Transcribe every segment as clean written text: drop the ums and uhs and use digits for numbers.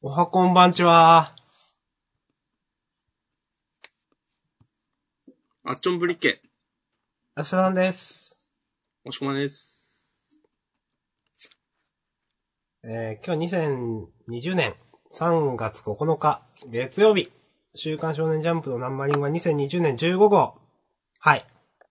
おはこんばんちは。 あっちょんぶりっけ。 あしさんです。 おしこまです。 今日2020年3月9日月曜日。週刊少年ジャンプのナンバリングは2020年15号。はい。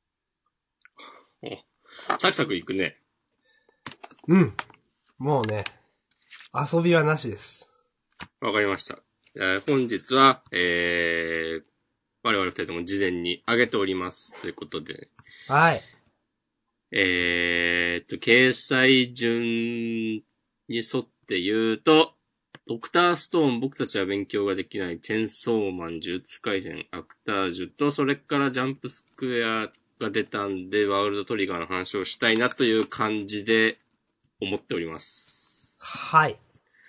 お、サクサクいくね。 うん。もうね、遊びはなしです。 わかりました。本日は、我々二人とも事前に上げております。ということで。 はい。 掲載順に沿って言うと、ドクターストーン僕たちは勉強ができないチェンソーマン呪術廻戦アクタージュと、それからジャンプスクエアが出たんで、ワールドトリガーの話をしたいなという感じで思っております。 はい。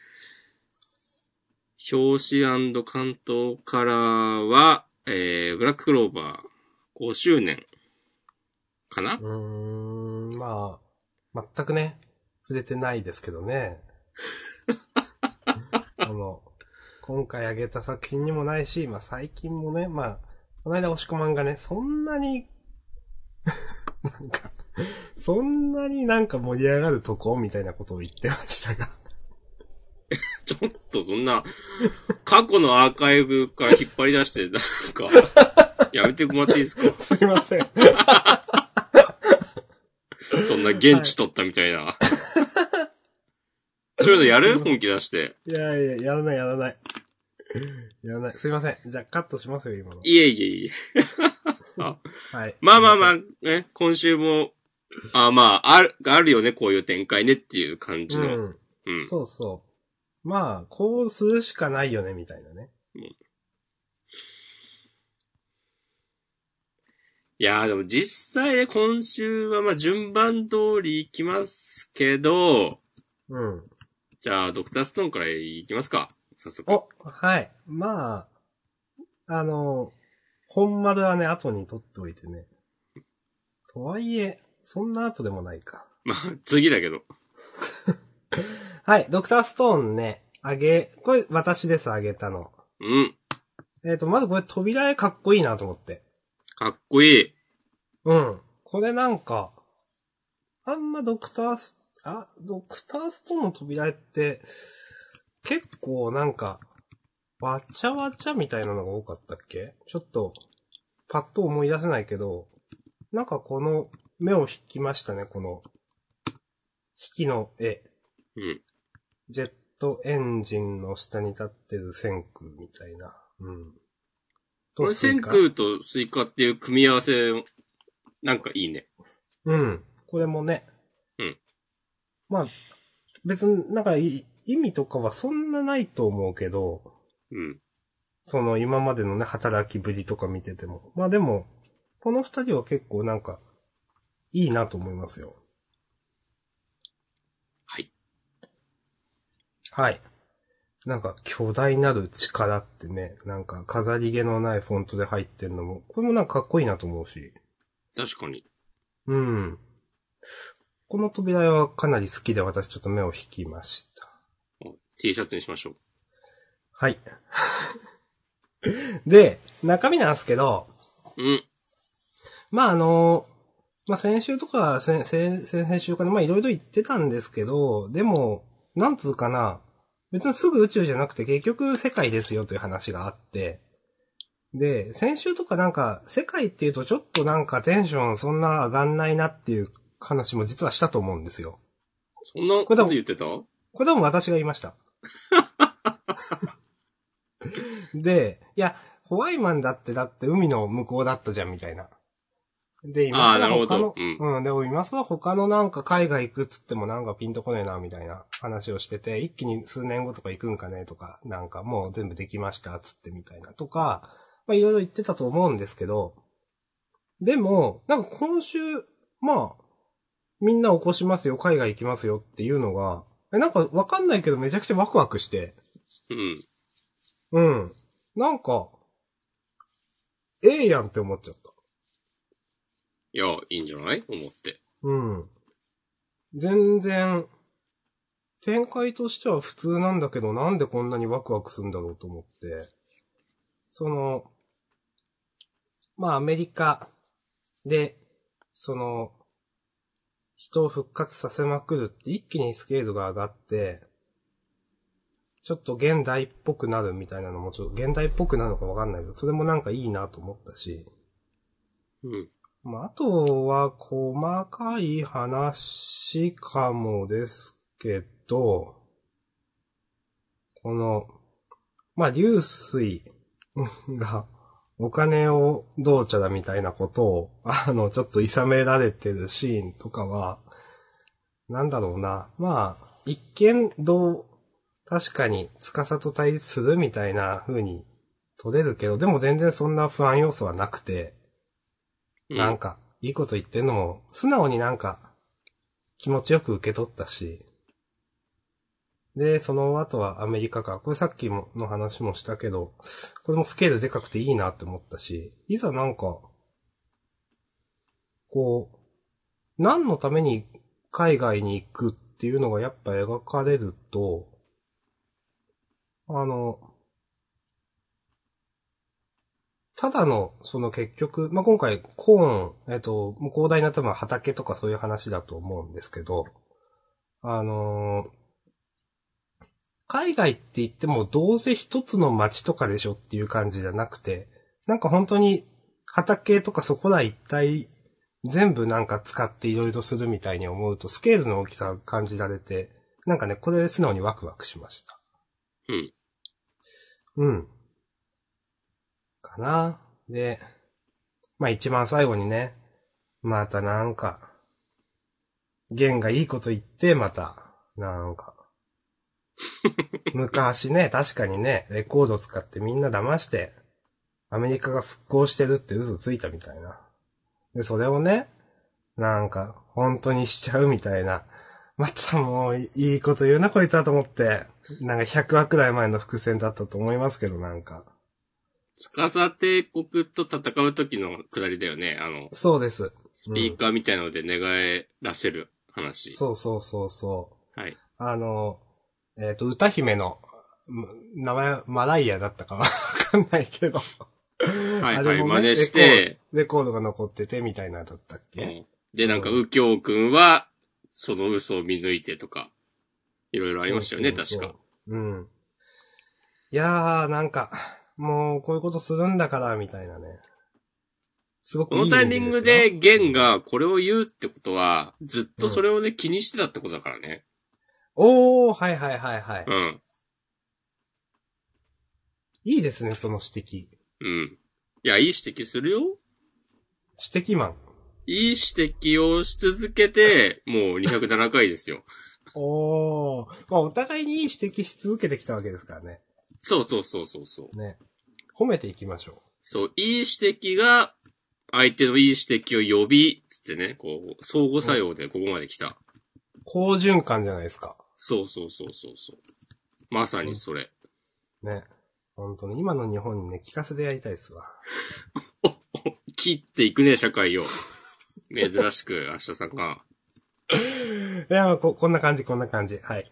表紙関東カラーは、ブラッククローバー5周年かな？ まあ、全くね、触れてないですけどね。今回あげた作品にもないし、まあ最近もね、まあ、この間押し込まんがね、そんなになんか盛り上がるとこみたいなことを言ってましたが。 ちょっとそんな、過去のアーカイブから引っ張り出して、なんか、やめてもらっていいですか？ すいません。 そんな現地取ったみたいな。はい、そういうのやる？本気出して。 いや、やらない。やらない。すいません。じゃあカットしますよ、今の。 いえ。あ、 はい。 まあ、ね、今週も、あるよね、こういう展開ねっていう感じの。 うん。そうそう。まあ、こうするしかないよね、みたいなね。 いやーでも実際ね、今週はまあ順番通り行きますけど、 うん。 じゃあ、ドクターストーンから行きますか。早速。 はい。まあ、本丸はね、後に取っておいてね。とはいえ、そんな後でもないか。 まあ、次だけど。 はい、ドクターストーンね、これ私です、あげたの。 うん。 まずこれ扉絵かっこいいなと思って。 かっこいい。 うん。これなんか、あんまドクターストーンの扉絵って、結構なんか、わちゃわちゃみたいなのが多かったっけ？ちょっと、パッと思い出せないけど、なんかこの、目を引きましたね、この、引きの絵。 うん。 ジェットエンジンの下に立ってる線空みたいな。うん。 これ線空とスイカっていう組み合わせ、なんかいいね。 うん。これもね。 うん。 まあ、別になんか意味とかはそんなないと思うけど、 うん。 その今までのね、働きぶりとか見てても。まあでも、この二人は結構なんか、いいなと思いますよ。 はい。 はい。なんか巨大なる力ってね、なんか飾り気のないフォントで入ってるのも、これもなんかかっこいいなと思うし。 確かに。 うん。この扉絵はかなり好きで私ちょっと目を引きました。 T シャツにしましょう。 はい。で、中身なんですけど、 うん。 まあまあ先週とか、先々週かな、まあいろいろ言ってたんですけど、でも、なんつうかな、別にすぐ宇宙じゃなくて結局世界ですよという話があって、で、先週とかなんか、世界っていうとちょっとなんかテンションそんな上がんないなっていう話も実はしたと思うんですよ。 そんなこと言ってた？ これ多分私が言いました。で、いや、ホワイマンだって海の向こうだったじゃんみたいな。で、今更他の、でも今更他のなんか海外行くっつってもなんかピンとこねえなみたいな話をしてて、一気に数年後とか行くんかねとか、なんかもう全部できましたっつってみたいなとか、まあいろいろ言ってたと思うんですけど、でも、なんか今週、まあ、みんな起こしますよ、海外行きますよっていうのが、なんかわかんないけどめちゃくちゃワクワクして。 うん。 うん。なんか、ええやんって思っちゃった。 いや、いいんじゃない？思って。 うん。全然、 展開としては普通なんだけど、なんでこんなにワクワクするんだろうと思って、まあアメリカで、人を復活させまくるって一気にスケールが上がって、ちょっと現代っぽくなるみたいなのも現代っぽくなるのかわかんないけど、それもなんかいいなと思ったし。 うん。 まあ、あとは細かい話かもですけど、まあ、流水がお金をどうちゃだみたいなことを、ちょっと諌められてるシーンとかは、なんだろうな。まあ、一見確かに司と対立するみたいな風に取れるけど、でも全然そんな不安要素はなくて、なんか、いいこと言ってんのも、素直になんか、気持ちよく受け取ったし、で、その後はアメリカか。これさっきの話もしたけど、これもスケールでかくていいなって思ったし、いざなんか、何のために海外に行くっていうのがやっぱ描かれると、ただの、結局、まあ、今回、コーン、広大な多分畑とかそういう話だと思うんですけど、海外って言ってもどうせ一つの町とかでしょっていう感じじゃなくて、なんか本当に畑とかそこら一体全部なんか使っていろいろするみたいに思うとスケールの大きさが感じられて、なんかね、これで素直にワクワクしました。 うん。 うん。かな。で、まあ一番最後にね、またなんか、ゲンがいいこと言って、また、なんか、昔ね、確かにね、レコード使ってみんな騙して、アメリカが復興してるって嘘ついたみたいな。で、それをね、なんか、本当にしちゃうみたいな。またもう、いいこと言うな、こいつはと思って。なんか100話くらい前の伏線だったと思いますけど、なんか。 司帝国と戦う時のくだりだよね。 そうです。 スピーカーみたいなので寝返らせる話。 そうそうそうそう。 はい。 歌姫の、名前、マライアだったかわかんないけど。 はいはい、真似して、 レコードが残っててみたいなだったっけ、うん、 で、なんか、右京くんは、その嘘を見抜いてとか、いろいろありましたよね、確か。 うん。いやー、なんか、もう、こういうことするんだから、みたいなね。すごくいい。 このタイミングで、ゲンがこれを言うってことは、ずっとそれをね、気にしてたってことだからね。 おー、はいはいはいはい。 うん。 いいですね、その指摘。 うん。いや、いい指摘するよ。 指摘マン。 いい指摘をし続けて、もう207回ですよ。 おー。まあ、お互いにいい指摘し続けてきたわけですからね。 そうそうそうそうそう。 ね。褒めていきましょう。 そう、いい指摘が、相手のいい指摘を呼び、つってね、相互作用でここまで来た。 好循環じゃないですか。 そうそうそうそうそう。まさにそれ。 ね。本当に今の日本にね、聞かせてやりたいですわ。 切っていくね、社会を。珍しく、明日さんが。 いや、こんな感じ、こんな感じ。はい。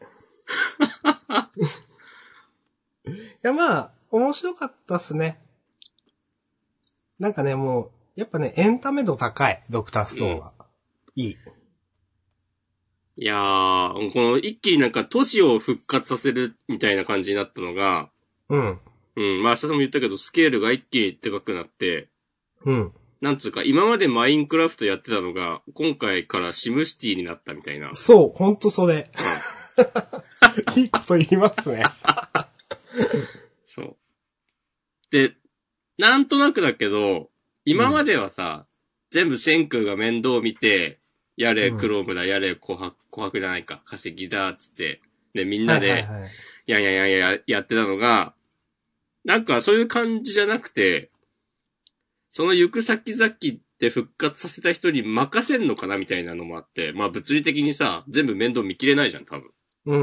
いや、まあ、面白かったっすね。なんかね、もう、やっぱね、エンタメ度高い、ドクターストーンは。いい。 いやー、この一気になんか都市を復活させるみたいな感じになったのが、 うん。 うん、まあ明日さんも言ったけど、スケールが一気にでかくなって、 うん。 なんつうか、今までマインクラフトやってたのが、今回からシムシティになったみたいな。 そう、ほんとそれ。いいこと言いますね。 そう。で、なんとなくだけど、今まではさ、全部千空が面倒見て、やれクロームだ、やれ琥珀じゃないか、化石だ、つって、で、みんなで、やってたのが、なんかそういう感じじゃなくて、その行く先々で復活させた人に任せんのかなみたいなのもあって、まあ物理的にさ、全部面倒見きれないじゃん、多分。 うん。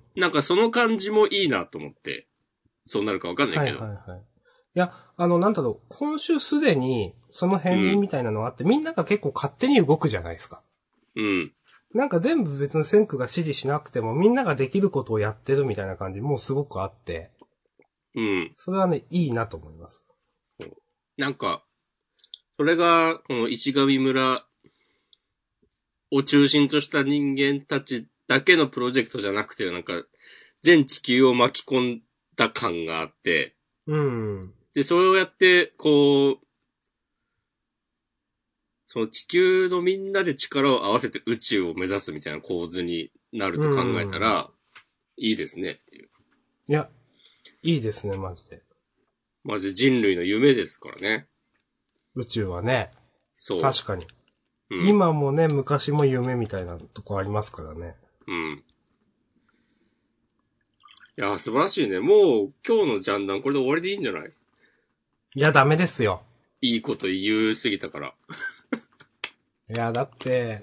なんかその感じもいいなと思って、そうなるかわかんないけど。 はい。いや、なんだろう、今週すでに、その片鱗みたいなのがあって、みんなが結構勝手に動くじゃないですか。 うん。 なんか全部別に先駆が指示しなくてもみんなができることをやってるみたいな感じもうすごくあって。 うん。 それはね、いいなと思います。 なんか、それが、この石上村を中心とした人間たちだけのプロジェクトじゃなくて、なんか、全地球を巻き込んだ感があって、 うん。 で、それをやって、こう、その地球のみんなで力を合わせて宇宙を目指すみたいな構図になると考えたら、いいですねっていう。 いや、いいですね、マジで。 マジ人類の夢ですからね。 宇宙はね。 そう。 確かに。 うん、 今もね、昔も夢みたいなとこありますからね。 うん。いや、素晴らしいね。もう、今日のジャンダンこれで終わりでいいんじゃない？ いや、ダメですよ。 いいこと言うすぎたから。 いや、だって、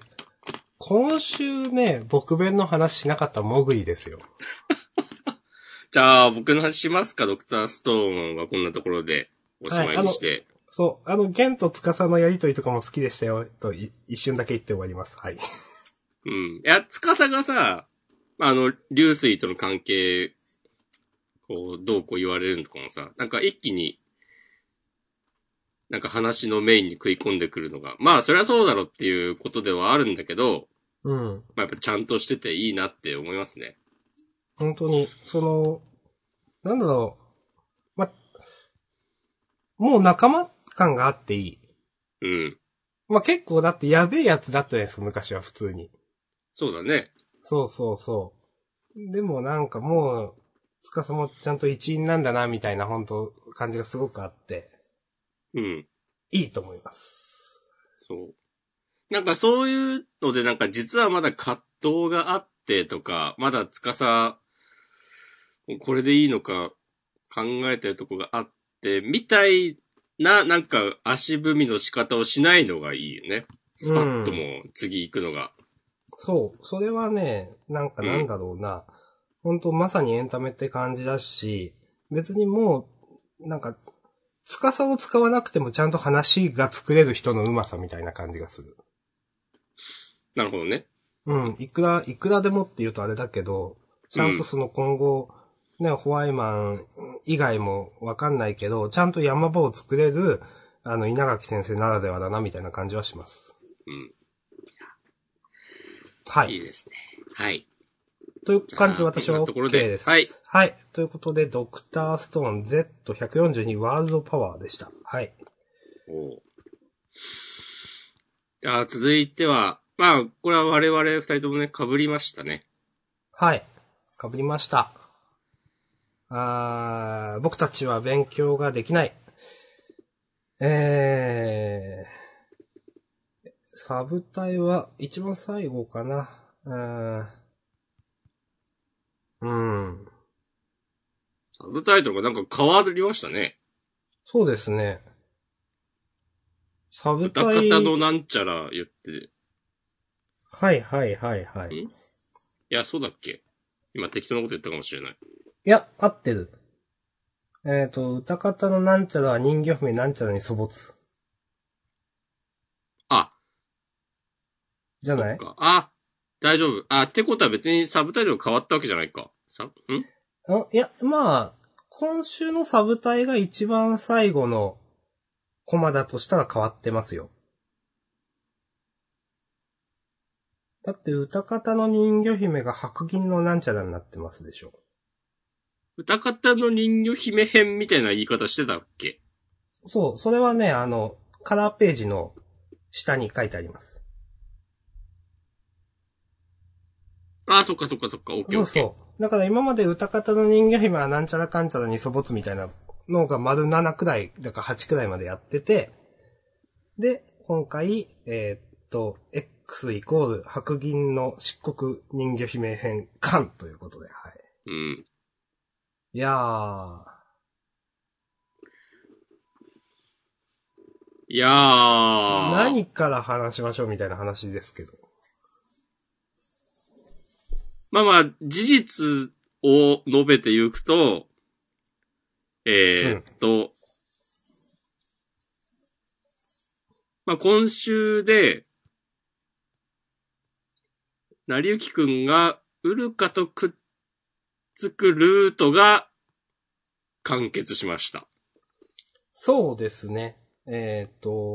今週ね、僕弁の話しなかったモグリですよ。 じゃあ、僕の話しますか、ドクターストーンはこんなところでおしまいにして。はい、 そう、ゲンとツカサのやりとりとかも好きでしたよ、と一瞬だけ言って終わります。はい。 うん。いや、ツカサがさ、流水との関係、こう、どうこう言われるのとかもさ、なんか一気に、なんか話のメインに食い込んでくるのが、まあ、そりゃそうだろっていうことではあるんだけど、 うん。 まあ、やっぱちゃんとしてていいなって思いますね。 本当に、なんだろう。もう仲間感があっていい。 うん。 まあ、結構だってやべえやつだったじゃないですか、昔は普通に。 そうだね。 そうそうそう。でもなんかもう、つかさもちゃんと一員なんだな、みたいな本当感じがすごくあって。 うん。 いいと思います。 そう。なんかそういうのでなんか実はまだ葛藤があってとか、まだこれでいいのか考えてるとこがあって、みたいな、なんか足踏みの仕方をしないのがいいよね。スパッともう次行くのが。 そう。それはね、なんかなんだろうな。本当まさにエンタメって感じだし、別にもう、なんか、司を使わなくてもちゃんと話が作れる人の上手さみたいな感じがする。 なるほどね。 うん。いくらでもって言うとあれだけど、ちゃんとその今後、ね、ホワイマン以外もわかんないけど、ちゃんと山場を作れる、稲垣先生ならではだな、みたいな感じはします。 うん。 はい。 いいですね。はい。 という感じで私は OK です。 はい。 はい。ということで、ドクターストーン Z142 ワールドパワーでした。はい。 じゃあ、続いては、まあ、これは我々二人ともね、被りましたね。 はい。被りました。僕たちは勉強ができない。サブ隊は一番最後かな。 サブタイトルがなんか変わりましたね。 そうですね。サブ隊。歌方のなんちゃら言って。 はいはいはいはい。 いや、そうだっけ？今適当なこと言ったかもしれない。 いや、合ってる。歌方のなんちゃらは人魚姫なんちゃらに粗没。 あ。 じゃない？ 大丈夫。ってことは別にサブタイトル変わったわけじゃないか。 いや、まあ、今週のサブ隊が一番最後のコマだとしたら変わってますよ。だって歌方の人魚姫が白銀のなんちゃらになってますでしょ。 歌方の人魚姫編みたいな言い方してたっけ？ そう、それはね、カラーページの下に書いてあります。 そっか、オッケー。 そうそう。だから今まで歌方の人魚姫はなんちゃらかんちゃらに粗没みたいなのが丸7くらい、だから8くらいまでやってて、で、今回、X イコール白銀の漆黒人魚姫編巻ということで、はい。 うん。 いやー。何から話しましょうみたいな話ですけど。 まあ、事実を述べていくと、まあ、今週で、 成幸くんがウルカとくっつくルートが完結しました。 そうですね。 それ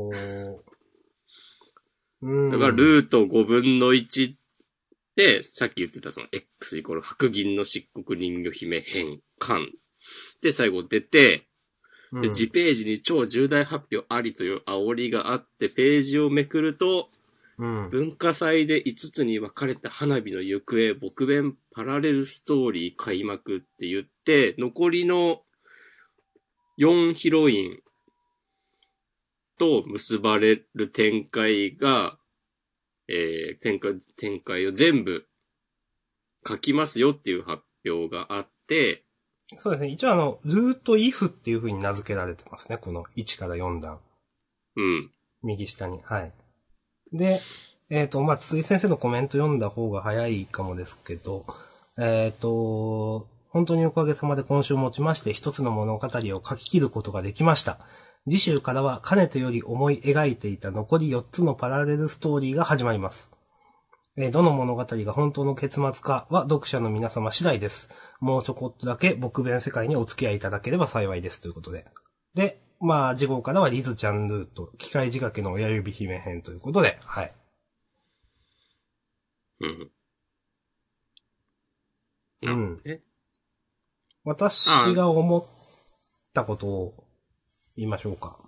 がルート5分の1で、さっき言ってたその X イコール白銀の漆黒人魚姫編巻で最後出て、で、次ページに超重大発表ありという煽りがあって、ページをめくると、文化祭で5つに分かれた花火の行方、僕弁パラレルストーリー開幕って言って、残りの4ヒロインと結ばれる展開が、展開を全部書きますよっていう発表があって、 そうですね。一応ルート if っていう風に名付けられてますね。この1から4段。 うん。 右下に。はい。で、筒井先生のコメント読んだ方が早いかもですけど、本当におかげさまで今週をもちまして一つの物語を書き切ることができました。次週からはかねてより思い描いていた残り4つのパラレルストーリーが始まります。どの物語が本当の結末かは読者の皆様次第です。もうちょこっとだけ僕弁世界にお付き合いいただければ幸いですということで。で、次号からはリズちゃんルート、機械仕掛けの親指姫編ということで、はい。 うん。 私が思ったことを言いましょうか。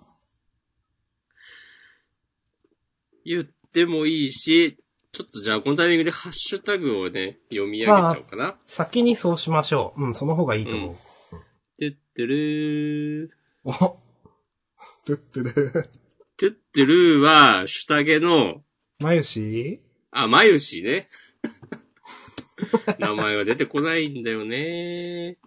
言ってもいいし、ちょっとじゃあこのタイミングでハッシュタグをね、読み上げちゃおうかな。 先にそうしましょう。その方がいいと思う。 てってるー。 おてってるー。 てってるーは、シュタゲの、 まゆしまゆしね。名前は出てこないんだよね。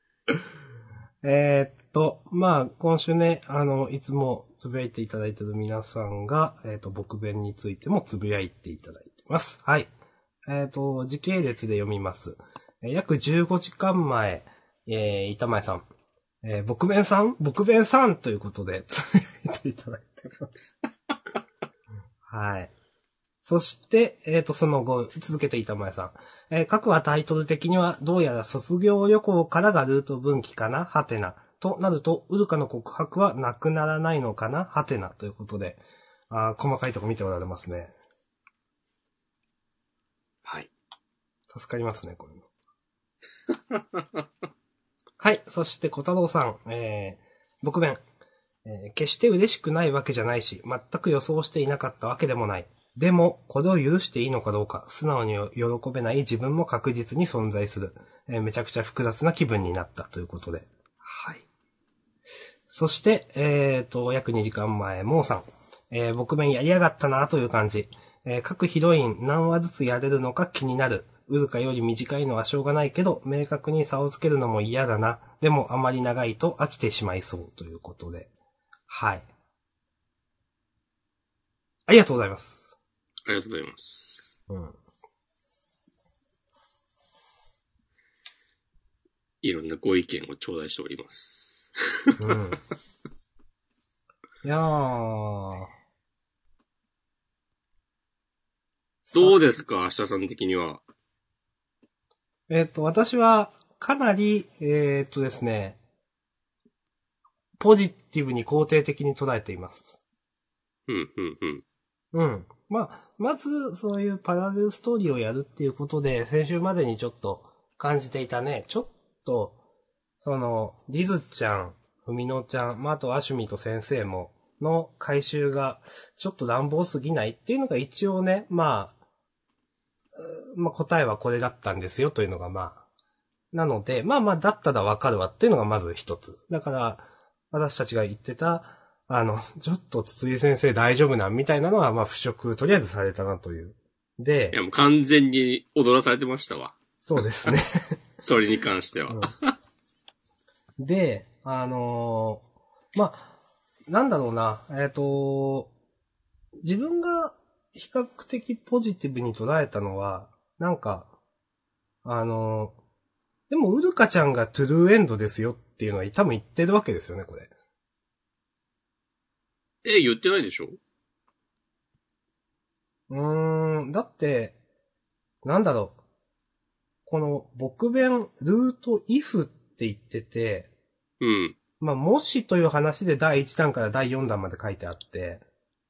今週ね、いつもつぶやいていただいている皆さんが、僕弁についてもつぶやいていただいてます。はい。時系列で読みます。約15時間前、板前さん、僕弁さんということでつぶやいていただいてます。はい。そして、その後、続けて板前さん。各はタイトル的には、どうやら卒業旅行からがルート分岐かなはてな。となると、ウルカの告白はなくならないのかなはてな。ということで、細かいとこ見ておられますね。 はい。 助かりますね、これの。はい。そして、小太郎さん。僕弁。決して嬉しくないわけじゃないし、全く予想していなかったわけでもない。でも、これを許していいのかどうか、素直に喜べない自分も確実に存在する。めちゃくちゃ複雑な気分になったということで。はい。そして、約2時間前、モーさん。僕弁やりやがったなという感じ。各ヒロイン何話ずつやれるのか気になる。ウルカより短いのはしょうがないけど、明確に差をつけるのも嫌だな。でもあまり長いと飽きてしまいそうということで。はい。ありがとうございます。 ありがとうございます。いろんなご意見を頂戴しております。 いやー。 どうですか、明日さん的には。 私は、かなり、ですね、ポジティブに肯定的に捉えています。まず、そういうパラレルストーリーをやるっていうことで、先週までにちょっと感じていたね、ちょっと、リズちゃん、ふみのちゃん、あとアシュミと先生も、の回収が、ちょっと乱暴すぎないっていうのが一応ね、答えはこれだったんですよというのがなので、だったらわかるわっていうのがまず一つ。だから、私たちが言ってた、ちょっと筒井先生大丈夫なんみたいなのは、払拭、とりあえずされたなという。で、 いやもう完全に踊らされてましたわ。 そうですね。 それに関しては。 で、なんだろうな、自分が比較的ポジティブに捉えたのは、なんか、でもウルカちゃんがトゥルーエンドですよっていうのは多分言ってるわけですよね、これ。 言ってないでしょ？ だって、 なんだろう。この、僕弁、ルート if って言ってて、 うん。 まあ、もしという話で第1弾から第4弾まで書いてあって、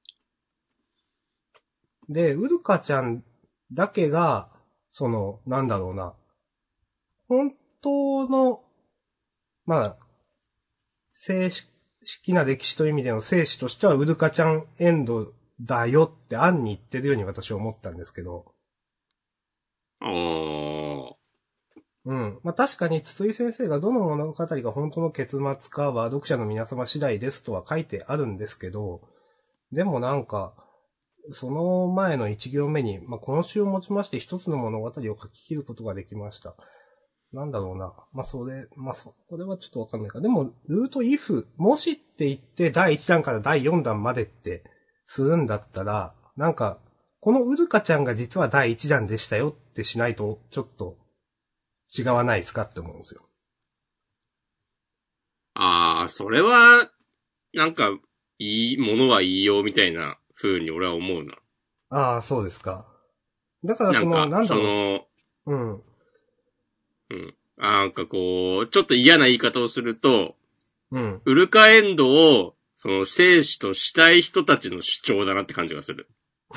で、うるかちゃんだけが、なんだろうな。本当の、まあ、正式な歴史という意味での生死としては、うるかちゃんエンドだよって案に言ってるように私は思ったんですけど。 ああ。 うん。まあ確かに筒井先生がどの物語が本当の結末かは読者の皆様次第ですとは書いてあるんですけど、でもなんか、その前の一行目に、まあ今週をもちまして一つの物語を書き切ることができました。なんだろうな。まあそれはちょっとわかんないか。でも、ルート if、もしって言って第1弾から第4弾までってするんだったら、なんか、このうるかちゃんが実は第1弾でしたよってしないと、ちょっと違わないですかって思うんですよ。 ああ、それは、なんか、いいものはいいよみたいな風に俺は思うな。 ああ、そうですか。だからなんだろう。うん。 うん。なんかこう、ちょっと嫌な言い方をすると、 うん。 ウルカエンドを、生死としたい人たちの主張だなって感じがする。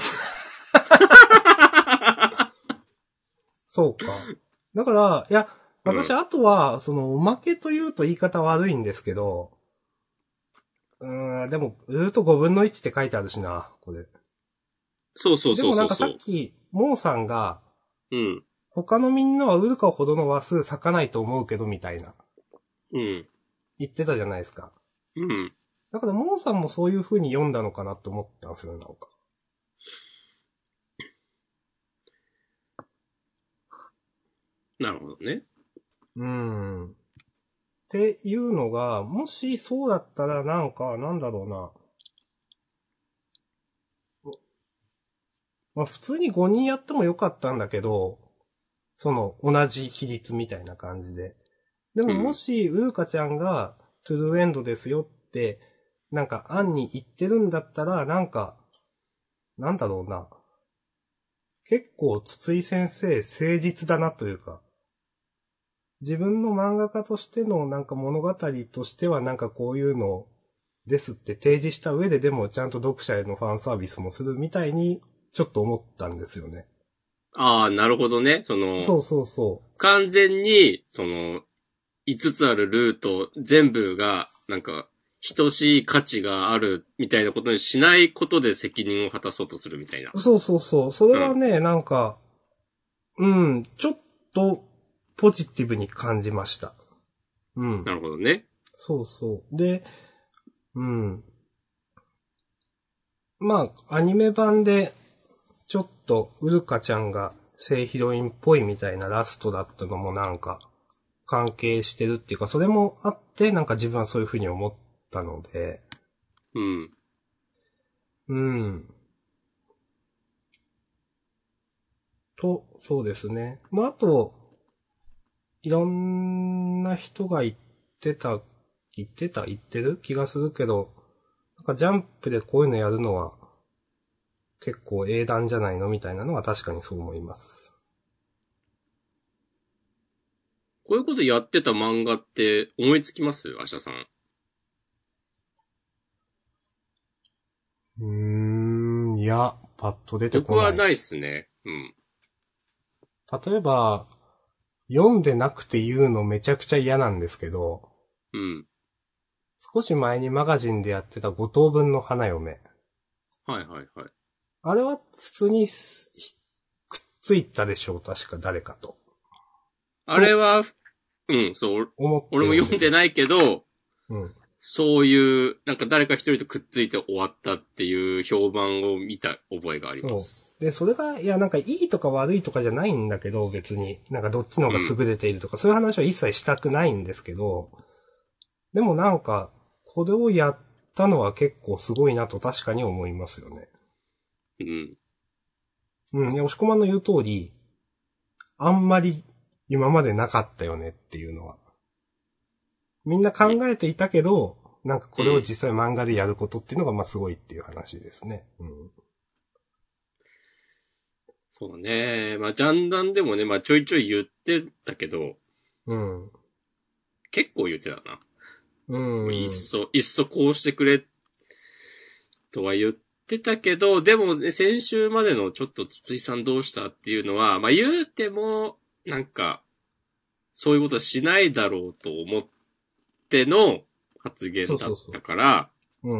そうか。だから、いや、私、あとは、おまけというと言い方悪いんですけど、でも、ルート5分の1って書いてあるしな、これ。 そうそうそうそう。 でもなんかさっき、モーさんが、 うん。 他のみんなはウルカほどの話数咲かないと思うけど、みたいな。 うん。 言ってたじゃないですか。 うん。 だから、モーさんもそういう風に読んだのかなって思ったんですよね、なんか。 なるほどね。 っていうのが、もしそうだったらなんか、なんだろうな。まあ普通に5人やってもよかったんだけど、同じ比率みたいな感じで。でももし、ウーカちゃんが、トゥルーエンドですよって、なんか、案に言ってるんだったら、なんか、なんだろうな。結構、筒井先生、誠実だなというか、自分の漫画家としてのなんか物語としてはなんかこういうのですって提示した上ででもちゃんと読者へのファンサービスもするみたいにちょっと思ったんですよね。 ああ、なるほどね。 そうそうそう。 完全に、5つあるルート全部が、なんか、等しい価値があるみたいなことにしないことで責任を果たそうとするみたいな。 そうそうそう。それはね、なんか、ちょっとポジティブに感じました。 なるほどね。 そうそう。で、まあ、アニメ版で、ちょっと、ウルカちゃんが正ヒロインっぽいみたいなラストだったのもなんか、関係してるっていうか、それもあって、なんか自分はそういう風に思ったので。そうですね。まあ、あと、いろんな人が言ってる気がするけど、なんかジャンプでこういうのやるのは、結構英断じゃないのみたいなのは確かにそう思います。 こういうことやってた漫画って思いつきます？アシャさん。 いや、パッと出てこない。 僕はないっすね。 例えば、読んでなくて言うのめちゃくちゃ嫌なんですけど、少し前にマガジンでやってた5等分の花嫁。 はいはいはい。 あれは普通にくっついたでしょう、確か誰かと。 あれは、そう。俺も読んでないけど、そういう、なんか誰か一人とくっついて終わったっていう評判を見た覚えがあります。 そう。で、それが、いや、なんかいいとか悪いとかじゃないんだけど、別に。なんかどっちの方が優れているとか、そういう話は一切したくないんですけど、でもなんか、これをやったのは結構すごいなと確かに思いますよね。いや、押し込まんの言う通り、あんまり今までなかったよねっていうのは。みんな考えていたけど、なんかこれを実際漫画でやることっていうのがまあすごいっていう話ですね。 そうね。まあ、ジャンダンでもね、まあ、ちょいちょい言ってたけど、 うん。 結構言ってたな。 うん。 いっそこうしてくれ、とは言ってたけど、でもね、先週までのちょっと筒井さんどうしたっていうのは、まあ、言うても、なんか、そういうことはしないだろうと思っての発言だったから、 うん。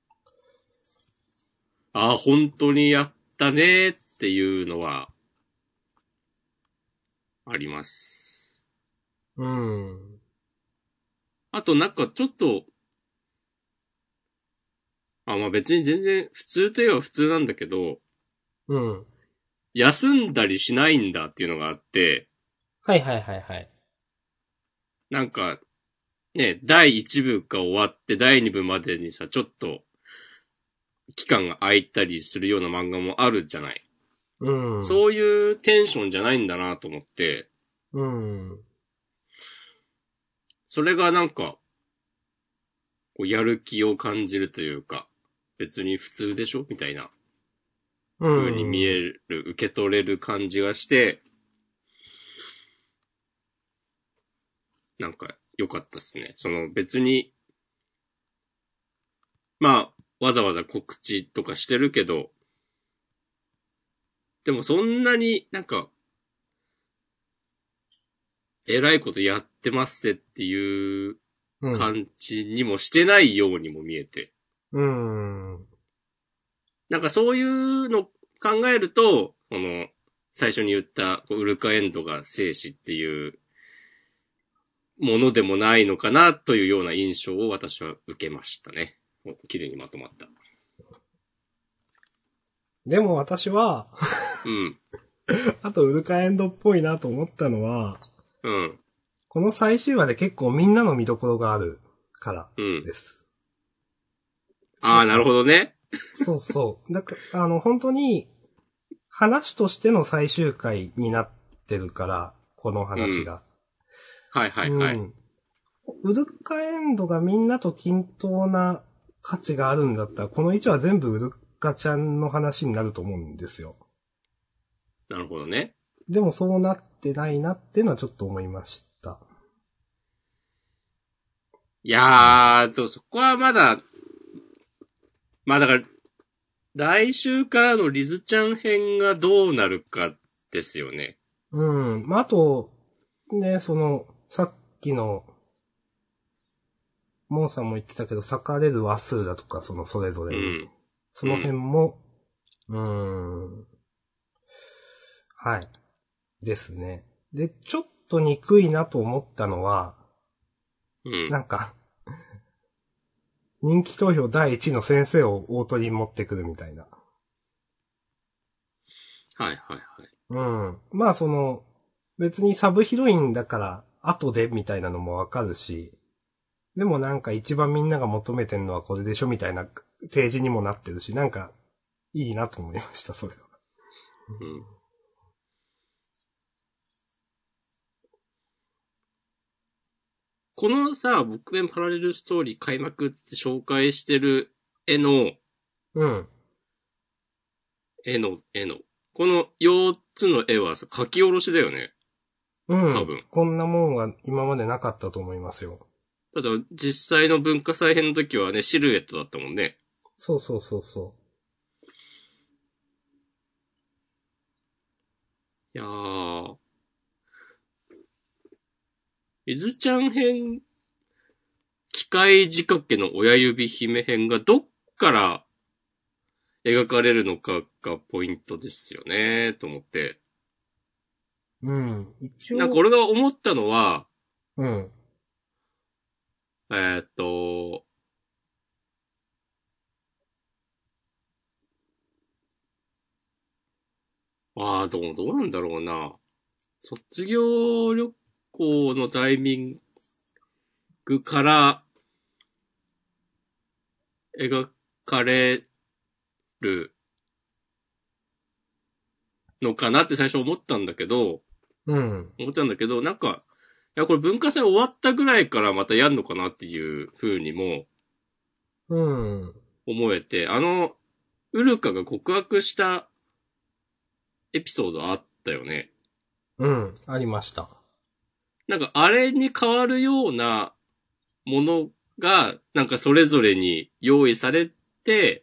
ああ、本当にやったねっていうのは、あります。 うん。 あとなんかちょっと、まあ別に全然普通といえば普通なんだけど、 うん。 休んだりしないんだっていうのがあって、 はいはいはいはい。 なんか、ね、第1部が終わって第2部までにさ、ちょっと、期間が空いたりするような漫画もあるじゃない。 うん。 そういうテンションじゃないんだなと思って、 うん。 それがなんか、こうやる気を感じるというか、別に普通でしょみたいなう風に見えん。 る、受け取れる感じがして、なんか良かったっすね。その別に、まあ、わざわざ告知とかしてるけど、でもそんなになんか、偉いことやってますっていううん。 感じにもしてないようにも見えて。 うん。 なんかそういうの考えると、最初に言った、ウルカエンドが生死っていうものでもないのかなというような印象を私は受けましたね。綺麗にまとまった。 でも私はうん。 あとウルカエンドっぽいなと思ったのは、 うん。 この最終話で結構みんなの見どころがあるからうん。 です。 ああ、なるほどね。 そうそう。だから、本当に、話としての最終回になってるから、このうん。 話が。 はいはいはい。 うん。ウルカエンドがみんなと均等な価値があるんだったら、この1話全部ウルカちゃんの話になると思うんですよ。 なるほどね。 でもそうなってないなっていうのはちょっと思いました。 いやー、そこはまだ、まあだから、来週からのリズちゃん編がどうなるかですよね。 うん。まあ、あと、ね、さっきの、モンさんも言ってたけど、裂かれる話数だとか、それぞれに。 うん。 その辺も、はい。ですね。で、ちょっと憎いなと思ったのは、 うん。 なんか、人気投票第1位の先生を大取りに持ってくるみたいな。 はいはいはい。 うん。まあ別にサブヒロインだから後でみたいなのもわかるし、でもなんか一番みんなが求めてんのはこれでしょみたいな提示にもなってるし、なんかいいなと思いました、それは。 うん。このさ、僕弁パラレルストーリー開幕って紹介してる絵の、 うん。 絵の。この4つの絵はさ、書き下ろしだよね。 うん。 多分。 こんなもんは今までなかったと思いますよ。 ただ、実際の文化祭編の時はね、シルエットだったもんね。 そうそうそうそいやー。伊豆ちゃん編、機械仕掛けの親指姫編がどっから描かれるのかがポイントですよね、と思って。 う。うん。一なんか応、 俺が思ったのは、 うん。 えーっと、どうなんだろうな。卒業旅行のタイミングから描かれるのかなって最初思ったんだけど、 うん。 なんか、いや、これ文化祭終わったぐらいからまたやんのかなっていう風にもうん。 思えて、ウルカが告白したエピソードあったよね。 うん、ありました。 なんかあれに変わるようなものが、なんかそれぞれに用意されて、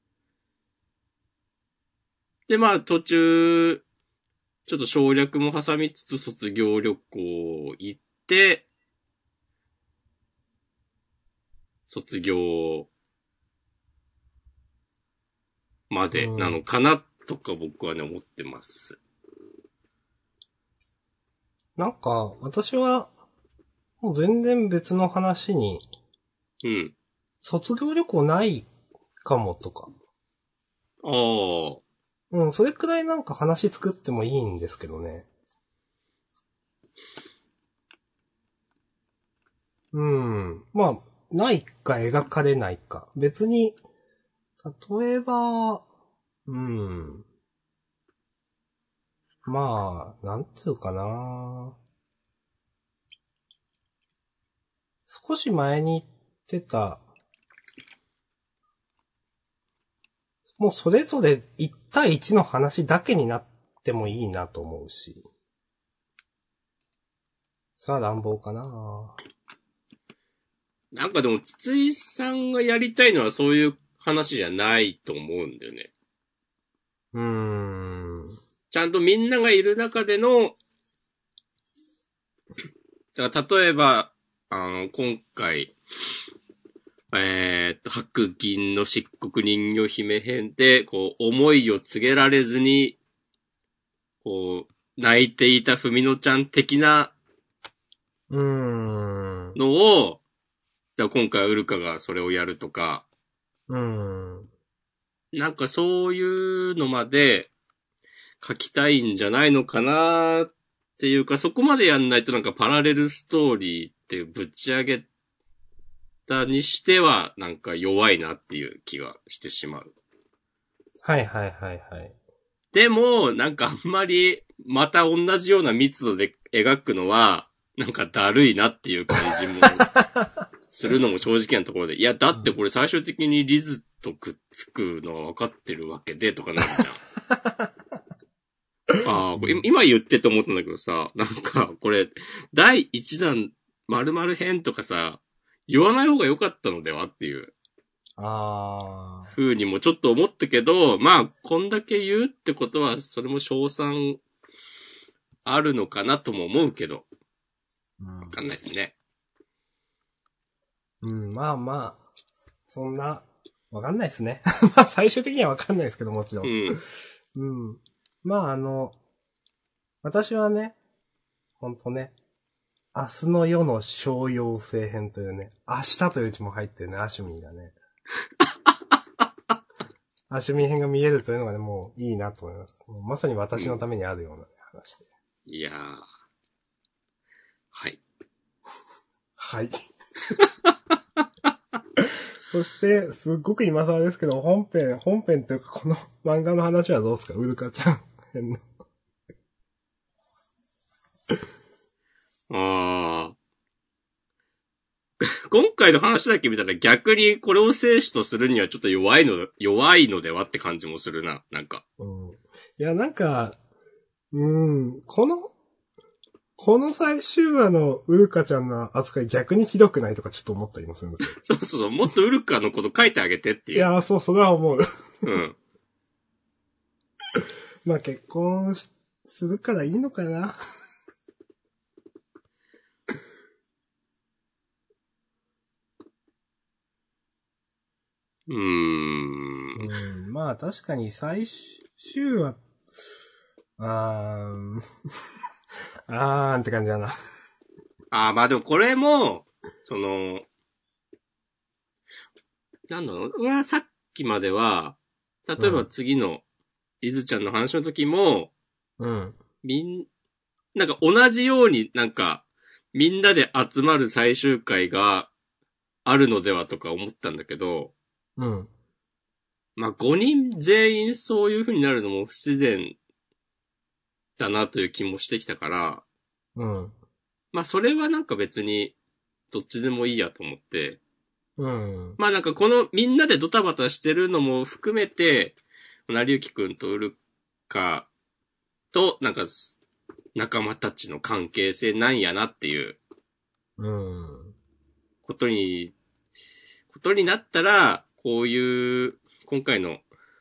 で、まあ途中、ちょっと省略も挟みつつ卒業旅行行って、卒業までなのかなとか僕はね思ってます。 なんか、私は、もう全然別の話に、 うん。 卒業旅行ないかもとか。 ああ。 うん、それくらいなんか話作ってもいいんですけどね。うん。まあ、ないか描かれないか。別に、例えば、うん。まあ、なんつうかな。少し前に言ってた、もうそれぞれ1対1の話だけになってもいいなと思うし。さあ乱暴かな。 なんかでも筒井さんがやりたいのはそういう話じゃないと思うんだよね。ちゃんとみんながいる中での、だから例えば、今回、白銀の漆黒人魚姫編で、こう、思いを告げられずに、こう、泣いていたふみのちゃん的な、のを、じゃあ今回ウルカがそれをやるとか、なんかそういうのまで書きたいんじゃないのかなっていうか、そこまでやんないとなんかパラレルストーリーってぶち上げたにしてはなんか弱いなっていう気がしてしまう。 はいはいはいはい。 でも、なんかあんまりまた同じような密度で描くのは、なんかだるいなっていう感じもするのも正直なところで。いや、だってこれ最終的にリズとくっつくのは分かってるわけでとかなるじゃん。ああ、今言ってて思ったんだけどさ、なんかこれ、第一弾〇〇編とかさ、言わない方が良かったのではっていう。風にもちょっと思ったけど、まあ、こんだけ言うってことは、それも賞賛あるのかなとも思うけど。わかんないですね。 まあまあ、そんな、わかんないですね。まあ最終的にはわかんないですけど、もちろん。まあ私はね、ほんとね、明日の夜の小妖精編というね、明日という字も入ってるね、アシュミーがね。アシュミー編が見えるというのがね、もういいなと思います。もうまさに私のためにあるような、ね話で。 いやー。はい。 はい。そして、すっごく今更ですけど、本編というかこの漫画の話はどうですか？ウルカちゃん編の。 今回の話だけ見たら逆にこれを生死とするにはちょっと弱いのではって感じもするな、なんか。 いや、なんか、この最終話のウルカちゃんの扱い逆にひどくないとかちょっと思ったりもするんですよ。そう、もっとウルカのこと書いてあげてっていう。 いや、そう、それは思う。まあ結婚するからいいのかな。まあ確かに最終話、って感じだな。 まあでもこれも、なんだろう、俺はさっきまでは、例えば次の、リズちゃんの話の時も、なんか同じようになんか、みんなで集まる最終回があるのではとか思ったんだけど、まあ5人全員そういう風になるのも不自然だなという気もしてきたから、まあそれはなんか別にどっちでもいいやと思って、まあなんかこのみんなでドタバタしてるのも含めて、成幸くんとウルカと、なんか、仲間たちの関係性なんやなっていう、ことになったら、こういう、今回の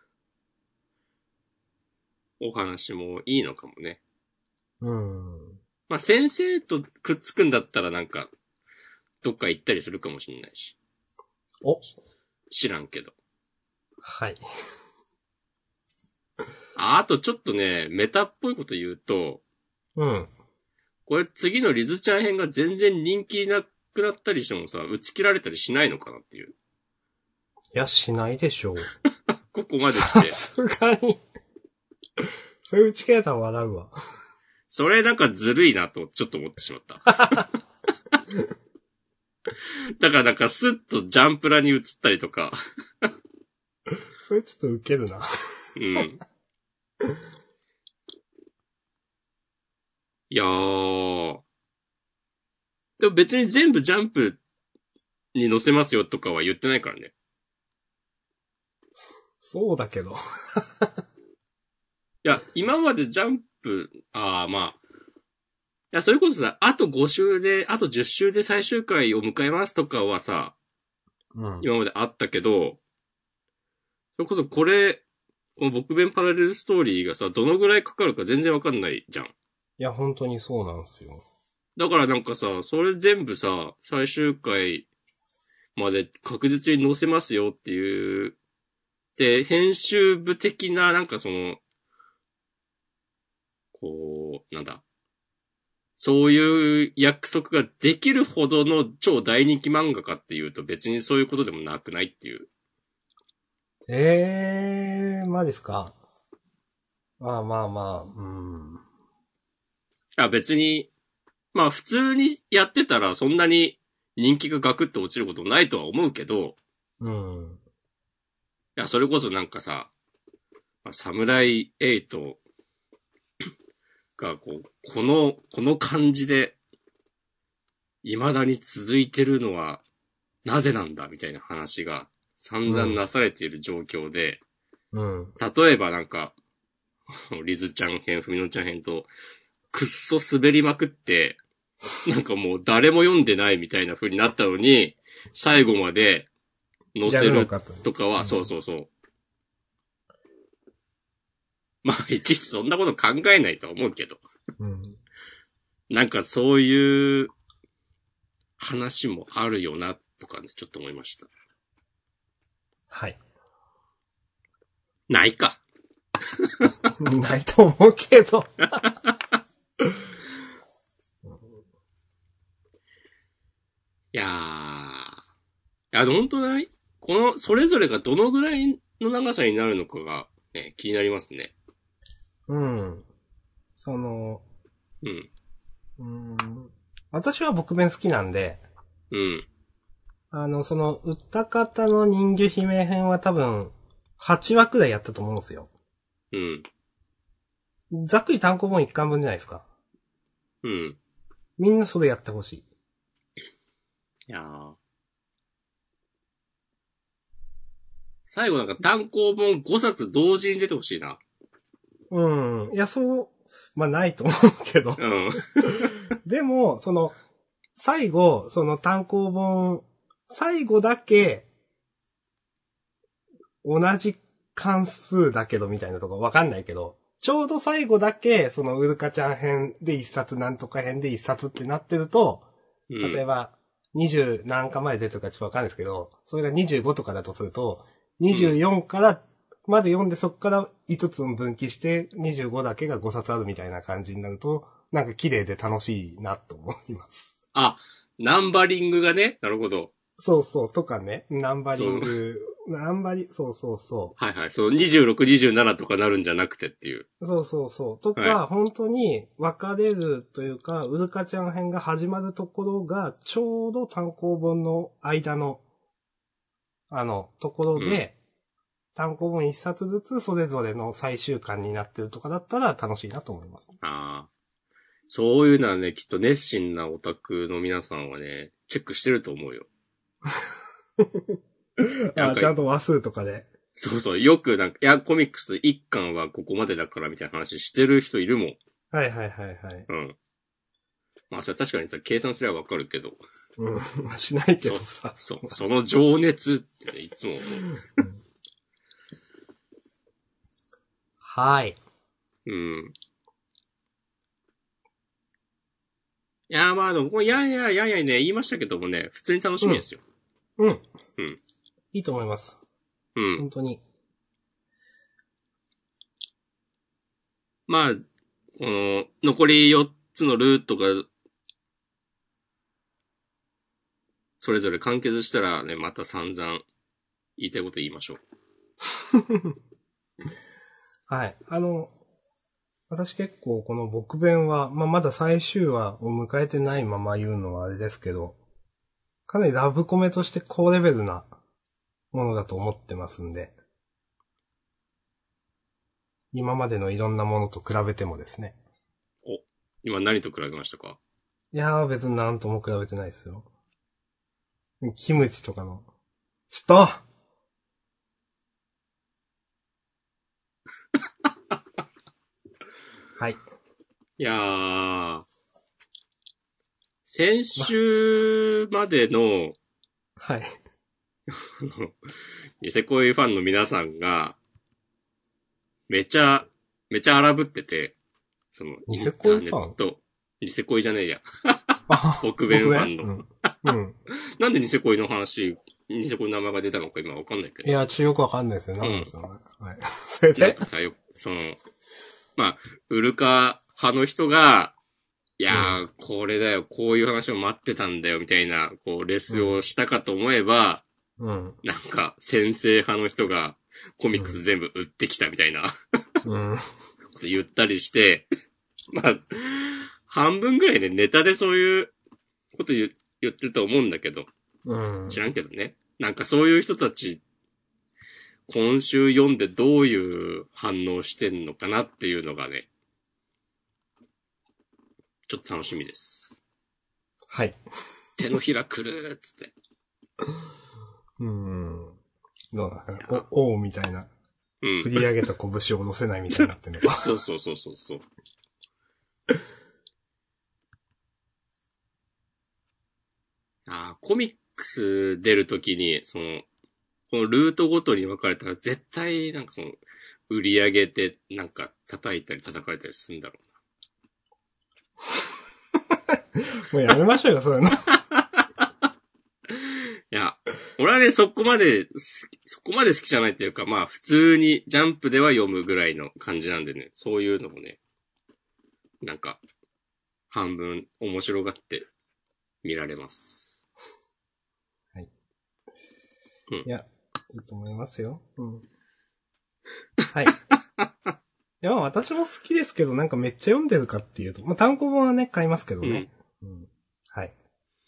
お話もいいのかもね。まあ、先生とくっつくんだったらなんか、どっか行ったりするかもしれないし。知らんけど。 はい。 あとちょっとね、メタっぽいこと言うと、これ次のリズちゃん編が全然人気なくなったりしてもさ、打ち切られたりしないのかなっていう。 いや、しないでしょう。 ここまで来て。 さすがに。それ打ち切られたら笑うわ。 それなんかずるいなとちょっと思ってしまった。だからなんかスッとジャンプラに移ったりとか。 それちょっとウケるな。 いやー。でも別に全部ジャンプに載せますよとかは言ってないからね。 そうだけど。 いや、今までジャンプ、まあ。いや、それこそさ、あと10週で最終回を迎えますとかはさ、今まであったけど、それこそこの僕弁パラレルストーリーがさ、どのぐらいかかるか全然わかんないじゃん。いや、本当にそうなんですよ。 だからなんかさ、それ全部さ、最終回まで確実に載せますよっていう、で、編集部的ななんかなんだ。そういう約束ができるほどの超大人気漫画かっていうと別にそういうことでもなくないっていう。 マジですか。まあ、 別に、まあ普通にやってたらそんなに人気がガクッと落ちることないとは思うけど、いや、それこそなんかさ、サムライ8がこの感じで、未だに続いてるのは、なぜなんだみたいな話が散々なされている状況で、例えばなんか、リズちゃん編、フミノちゃん編と、くっそ滑りまくって、なんかもう誰も読んでないみたいな風になったのに、最後まで載せるとかは、そうそうそう。まあ、いちいちそんなこと考えないとは思うけど。なんかそういう話もあるよな、とかね、ちょっと思いました。 はい。 ないか。 ないと思うけど。 いやー。本当だいそれぞれがどのぐらいの長さになるのかが、ね、気になりますね。 私は僕弁好きなんで、歌方の人魚姫編は多分、8話くらいやったと思うんですよ。ざっくり単行本1巻分じゃないですか。みんなそれやってほしい。 いやー。最後なんか単行本5冊同時に出てほしいな。 いや、まあないと思うけど。でも、最後、単行本、最後だけ、同じ関数だけどみたいなとこわかんないけど、ちょうど最後だけ、ウルカちゃん編で1冊なんとか編で1冊ってなってると、例えば、20何巻まで出てるかちょっとわかんないですけど、それが25とかだとすると、24からまで読んでそっから5つ分岐して25だけが5冊あるみたいな感じになると、なんか綺麗で楽しいなと思います。 ナンバリングがね、なるほど。 そうそう、とかね、ナンバリング、そうそうそう。 はいはい、26、27とかなるんじゃなくてっていう。 そうそうそう。とか、本当に分かれるというか、ウルカちゃん編が始まるところが、ちょうど単行本の間の、ところで、単行本一冊ずつそれぞれの最終巻になってるとかだったら楽しいなと思います、ね。 そういうのはね、きっと熱心なオタクの皆さんはね、チェックしてると思うよ。 ちゃんと話数とかで。 そうそう、よくなんか、いや、コミックス1巻はここまでだからみたいな話してる人いるもん。 はいはいはいはい。 うん。まあ、それ確かにさ、計算すればわかるけど。 うん。まあ、しないけどさ。 その情熱ってね、いつも思う。 はい。 うん。いや、まあでも、やんやね、言いましたけどもね、普通に楽しみですよ。 うん。 うん。 いいと思います。 うん。 本当に。 まあ、この、残り4つのルートが、それぞれ完結したらね、また散々言いたいこと言いましょう。 はい。私結構この僕弁は、まあ、まだ最終話を迎えてないまま言うのはあれですけど、かなりラブコメとして高レベルなものだと思ってますんで、今までのいろんなものと比べてもですね。 お、今何と比べましたか？ いやー別になんとも比べてないですよ。キムチとかの、ちょっとはい。 いやー、先週までの、 はい。 ニセ恋ファンの皆さんが、めちゃ荒ぶってて、その、 ニセ恋ファンインターネット、ニセ恋じゃねえや。 あ、 僕弁ファンの。 うん。 なんでニセ恋の話、ニセ恋の名前が出たのか今わかんないけど。 いや、よくわかんないですよ。なんなんですよね。はい。それでなんかさ、まあ、ウルカ派の人が、いやー、これだよ、こういう話を待ってたんだよ、みたいな、こう、レスをしたかと思えば、なんか、先生派の人が、コミックス全部売ってきたみたいな、こと言ったりして、まあ、半分ぐらいね、ネタでそういうこと言ってると思うんだけど、知らんけどね。なんかそういう人たち、今週読んでどういう反応してんのかなっていうのがね、ちょっと楽しみです。 はい。 手のひらくるーっつって。 どうなんですかね。おうみたいな。振り上げた拳を下ろせないみたいになってんのか。 そう。コミックス出るときに、このルートごとに分かれたら絶対なんか売り上げてなんか叩いたり叩かれたりするんだろうな。もうやめましょうよ、そういうの。いや、俺はね、そこまで好きじゃないというか、まあ普通にジャンプでは読むぐらいの感じなんでね、そういうのもね、なんか、半分面白がって見られます。 はい。いや、いいと思いますよ。はい。いや、私も好きですけど、なんかめっちゃ読んでるかっていうと、まあ、単行本はね、買いますけどね。はい。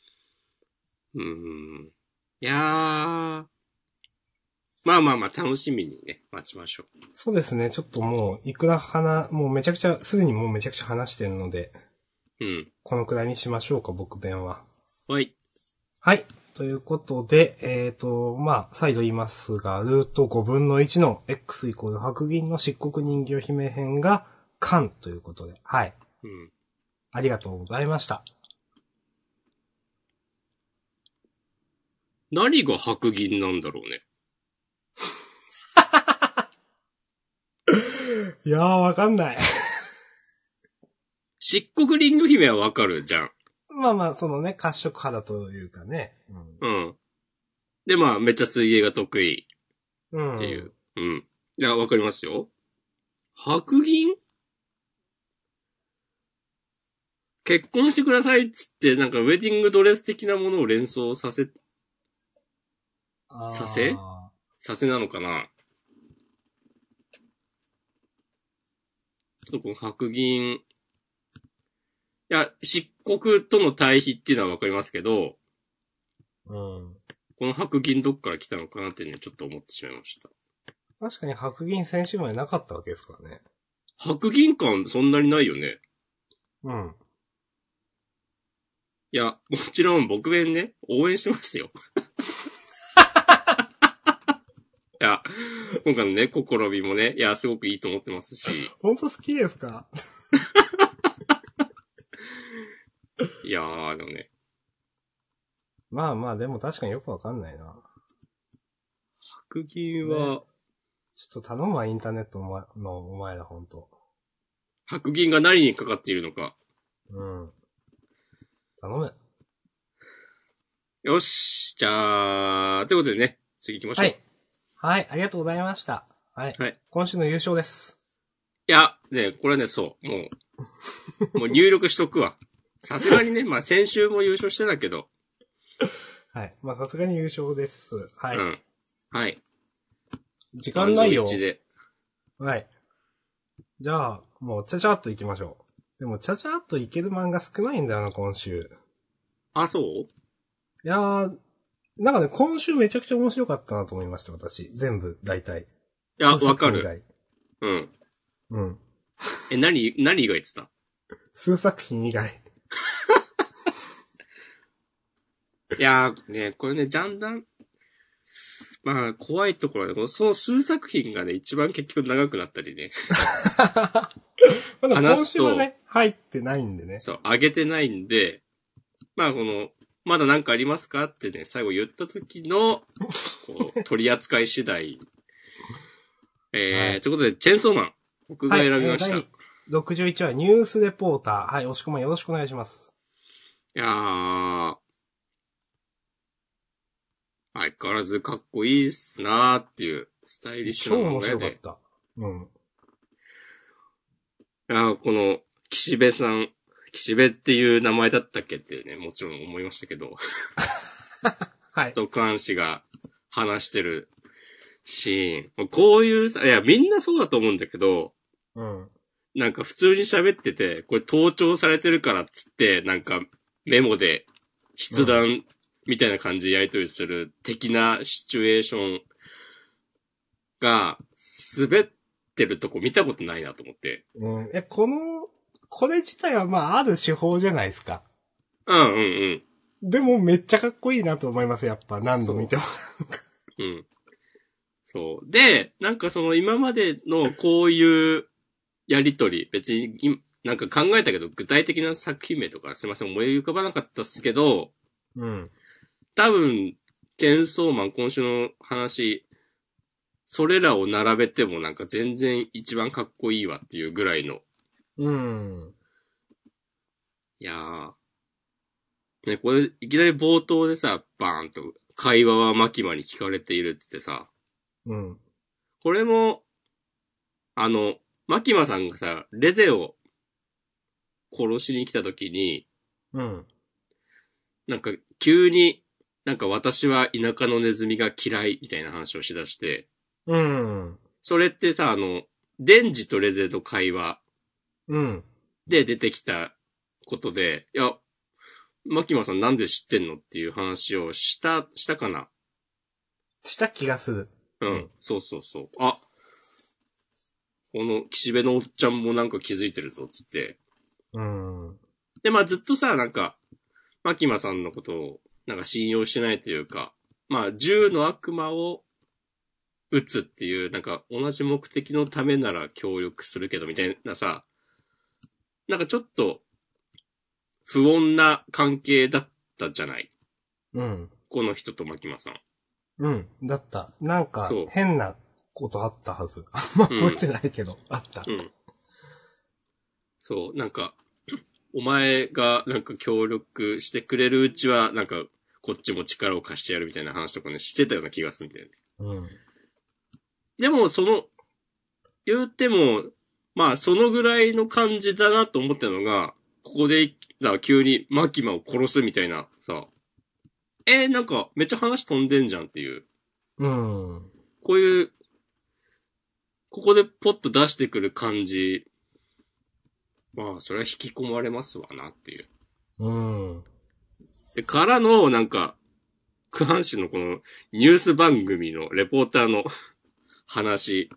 いやー、まあ、楽しみにね、待ちましょう。 そうですね、ちょっともう、もうめちゃくちゃ、すでにもうめちゃくちゃ話してるので、このくらいにしましょうか、僕弁は。 はい。 はい。ということで、まあ、再度言いますが、ルート5分の1の X イコール白銀の漆黒人形姫編が、完ということで、はい。ありがとうございました。 何が白銀なんだろうね。 いやー、わかんない。 漆黒人魚姫はわかるじゃん。 まあまあ、そのね、褐色肌というかね。 で、まあ、めっちゃ水泳が得意。っていう。いや、わかりますよ。白銀結婚してくださいっつって、なんかウェディングドレス的なものを連想させなのかな。ちょっとこの白銀、いや、漆黒との対比っていうのはわかりますけど、この白銀どっから来たのかなってね、ちょっと思ってしまいました。 確かに白銀先週までなかったわけですからね。 白銀感そんなにないよね。いや、もちろん僕弁ね、応援してますよ。いや、 今回のね、試みもね、いや、すごくいいと思ってますし。 本当好きですか？ いやー、でもね。 まあまあ、でも確かによくわかんないな。 白銀は、 ね、ちょっと頼むわ、インターネットのお前ら、ほんと。 白銀が何にかかっているのか。 うん。頼む。 よし、じゃあ、ということでね、次行きましょう。 はい。はい、ありがとうございました。はい。はい、今週の優勝です。 いや、ね、これね、そう、もう入力しとくわ。さすがにね、まあ先週も優勝してたけど。 はい。まあさすがに優勝です。はい。 うん。はい。 時間ないよ。 で。 はい。じゃあ、もうちゃちゃっと行きましょう。でもちゃちゃっといける漫画少ないんだよな、今週。 あ、そう？ いやー、なんかね、今週めちゃくちゃ面白かったなと思いました、私。全部、大体。いや、わかる。うん。 うん。 何以外言ってた？ 数作品以外。 いやー、ね、これね、ジャンダン、まあ、怖いところはね、その数作品がね、一番結局長くなったりね。 まだ今週はね、入ってないんでね。 そう、上げてないんで、まあまだ何かありますかってね、最後言った時の、取り扱い次第。はい、ということで、チェーンソーマン、僕が選びました。 第61話、ニュースレポーター。はい、押し込まんよろしくお願いします。 いやー、相変わらずかっこいいっすなーっていう、スタイリッシュな漫画で。 超面白かった。うん。 いや、この、岸辺さん、岸辺っていう名前だったっけってね、もちろん思いましたけど。 はい。 と、監視が話してるシーン。こういうさ、いや、みんなそうだと思うんだけど、 うん。 なんか普通に喋ってて、これ盗聴されてるからっつって、なんかメモで筆談みたいな感じでやり取りする的なシチュエーションが滑ってるとこ見たことないなと思って。 うん。これ自体はまあある手法じゃないですか。 うんうんうん。 でもめっちゃかっこいいなと思います、やっぱ何度見ても。 うん。そう。で、なんかその今までのこういうやりとり、別になんか考えたけど具体的な作品名とかすいません思い浮かばなかったっすけど、 うん。 多分、チェンソーマン今週の話、それらを並べてもなんか全然一番かっこいいわっていうぐらいの。 うん。 いやー。ね、これ、いきなり冒頭でさ、バーンと、会話はマキマに聞かれているって言ってさ。 うん。 これも、マキマさんがさ、レゼを殺しに来た時に、 うん。 なんか、急に、なんか私は田舎のネズミが嫌いみたいな話をしだして。 うん。 それってさ、デンジとレゼの会話。 うん。 で出てきたことで、いや、マキマさんなんで知ってんのっていう話をしたかな？ した気がする。 うん、そうそうそう。あ、この岸辺のおっちゃんもなんか気づいてるぞ、つって。 うん。 で、まあずっとさ、なんか、マキマさんのことを、なんか信用してないというか、まあ銃の悪魔を撃つっていう、なんか同じ目的のためなら協力するけど、みたいなさ、なんかちょっと、不穏な関係だったじゃない。 うん。 この人とマキマさん。 うん。だった。なんか、変なことあったはず。あんま覚えてないけど、あった。 うん。そう、なんか、お前がなんか協力してくれるうちは、なんか、こっちも力を貸してやるみたいな話とかね、してたような気がするんだよね。 うん。 でも、言うても、まあ、そのぐらいの感じだなと思ったのが、ここで、急にマキマを殺すみたいな、さ、なんか、めっちゃ話飛んでんじゃんっていう。 うん。 こういう、ここでポッと出してくる感じ、まあ、それは引き込まれますわなっていう。 うん。 で、からの、なんか、クハン氏のこのニュース番組のレポーターの話。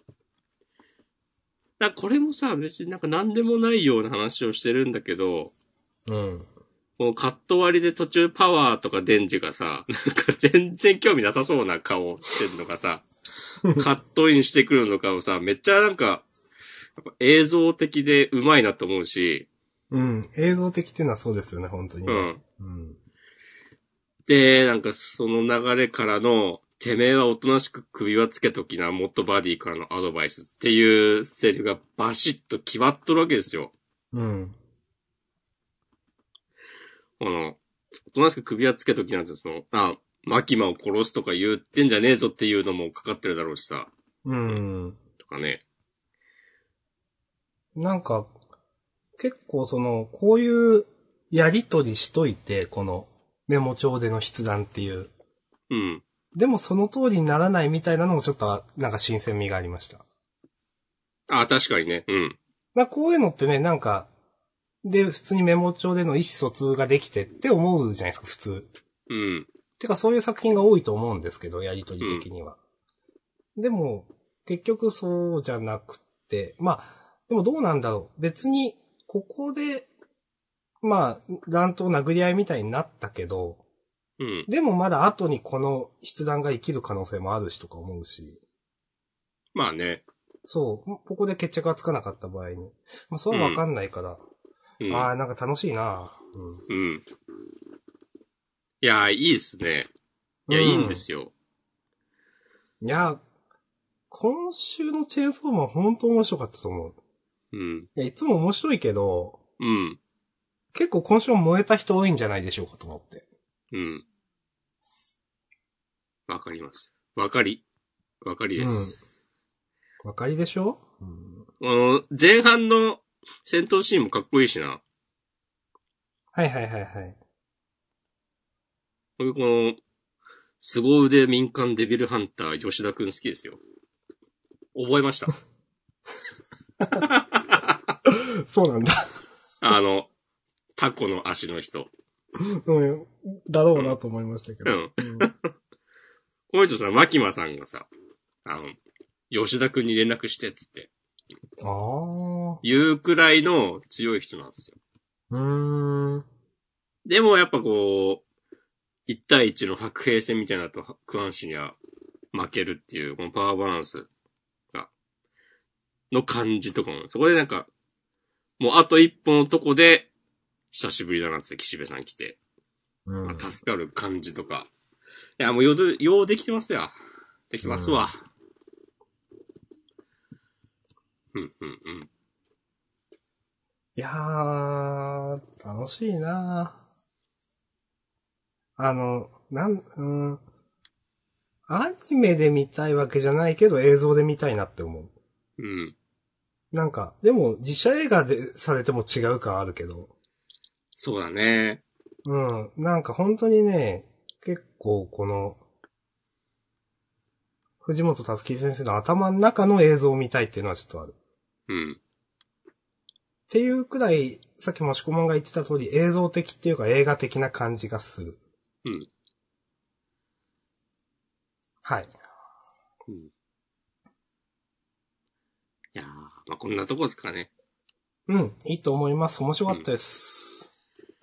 これもさ、別になんか何でもないような話をしてるんだけど、 うん。 このカット割りで途中パワーとかデンジがさ、なんか全然興味なさそうな顔してるのがさ、 カットインしてくるのかをさ、めっちゃなんか、やっぱ映像的でうまいなと思うし。 うん。映像的っていうのはそうですよね、本当に、ね。 うん。で、なんかその流れからの、てめえはおとなしく首はつけときな、モッドバディからのアドバイスっていうセリフがバシッと決まっとるわけですよ。 うん。 おとなしく首はつけときなんてマキマを殺すとか言ってんじゃねえぞっていうのもかかってるだろうしさ。 うん。 とかね。 なんか、結構こういうやりとりしといて、このメモ帳での筆談っていう。 うん。 でもその通りにならないみたいなのもちょっとなんか新鮮味がありました。 あ、確かにね。うん。 まあこういうのってね、なんか、で、普通にメモ帳での意思疎通ができてって思うじゃないですか、普通。 うん。 てかそういう作品が多いと思うんですけど、やりとり的には。でも、結局そうじゃなくて、まあ、でもどうなんだろう。別に、ここで、まあ、乱闘殴り合いみたいになったけど、 うん。 でもまだ後にこの筆談が生きる可能性もあるしとか思うし。 まあね。 そう、ここで決着がつかなかった場合に。まあ、それはわかんないから。 うん、 ああ、なんか楽しいな。 うん。うん。いや、いいっすね。いや、いいんですよ。 いや、今週のチェーンソーマン本当面白かったと思う。 うん。 いや、いつも面白いけど、 うん。 結構今週も燃えた人多いんじゃないでしょうかと思って。 うん。わかります。わかりです。 わかりでしょ？ 前半の戦闘シーンもかっこいいしな。 はいはいはいはい。 凄腕民間デビルハンター吉田くん好きですよ。覚えました。 そうなんだ。 タコの足の人。 だろうなと思いましたけど。 この人さ、マキマさんがさ、吉田くんに連絡してっつって。言うくらいの強い人なんですよ。でもやっぱ1対1の白兵戦みたいなと、クアン氏には負けるっていう、このパワーバランスの感じとかも、そこでなんか、もうあと一歩のとこで、久しぶりだなって岸辺さん来て、助かる感じとか。いや、もうようできてますよ。できてますわ。 いやー、楽しいなアニメで見たいわけじゃないけど映像で見たいなって思う。なんか、でも実写映画でされても違う感あるけど。 そうだね。 なんか本当にね、結構藤本たつき先生の頭の中の映像を見たいっていうのはちょっとある。っていうくらい、さっきもしこまんが言ってた通り映像的っていうか映画的な感じがする。はい。 いやー、まあ、こんなとこですかね。 いいと思います。面白かったです。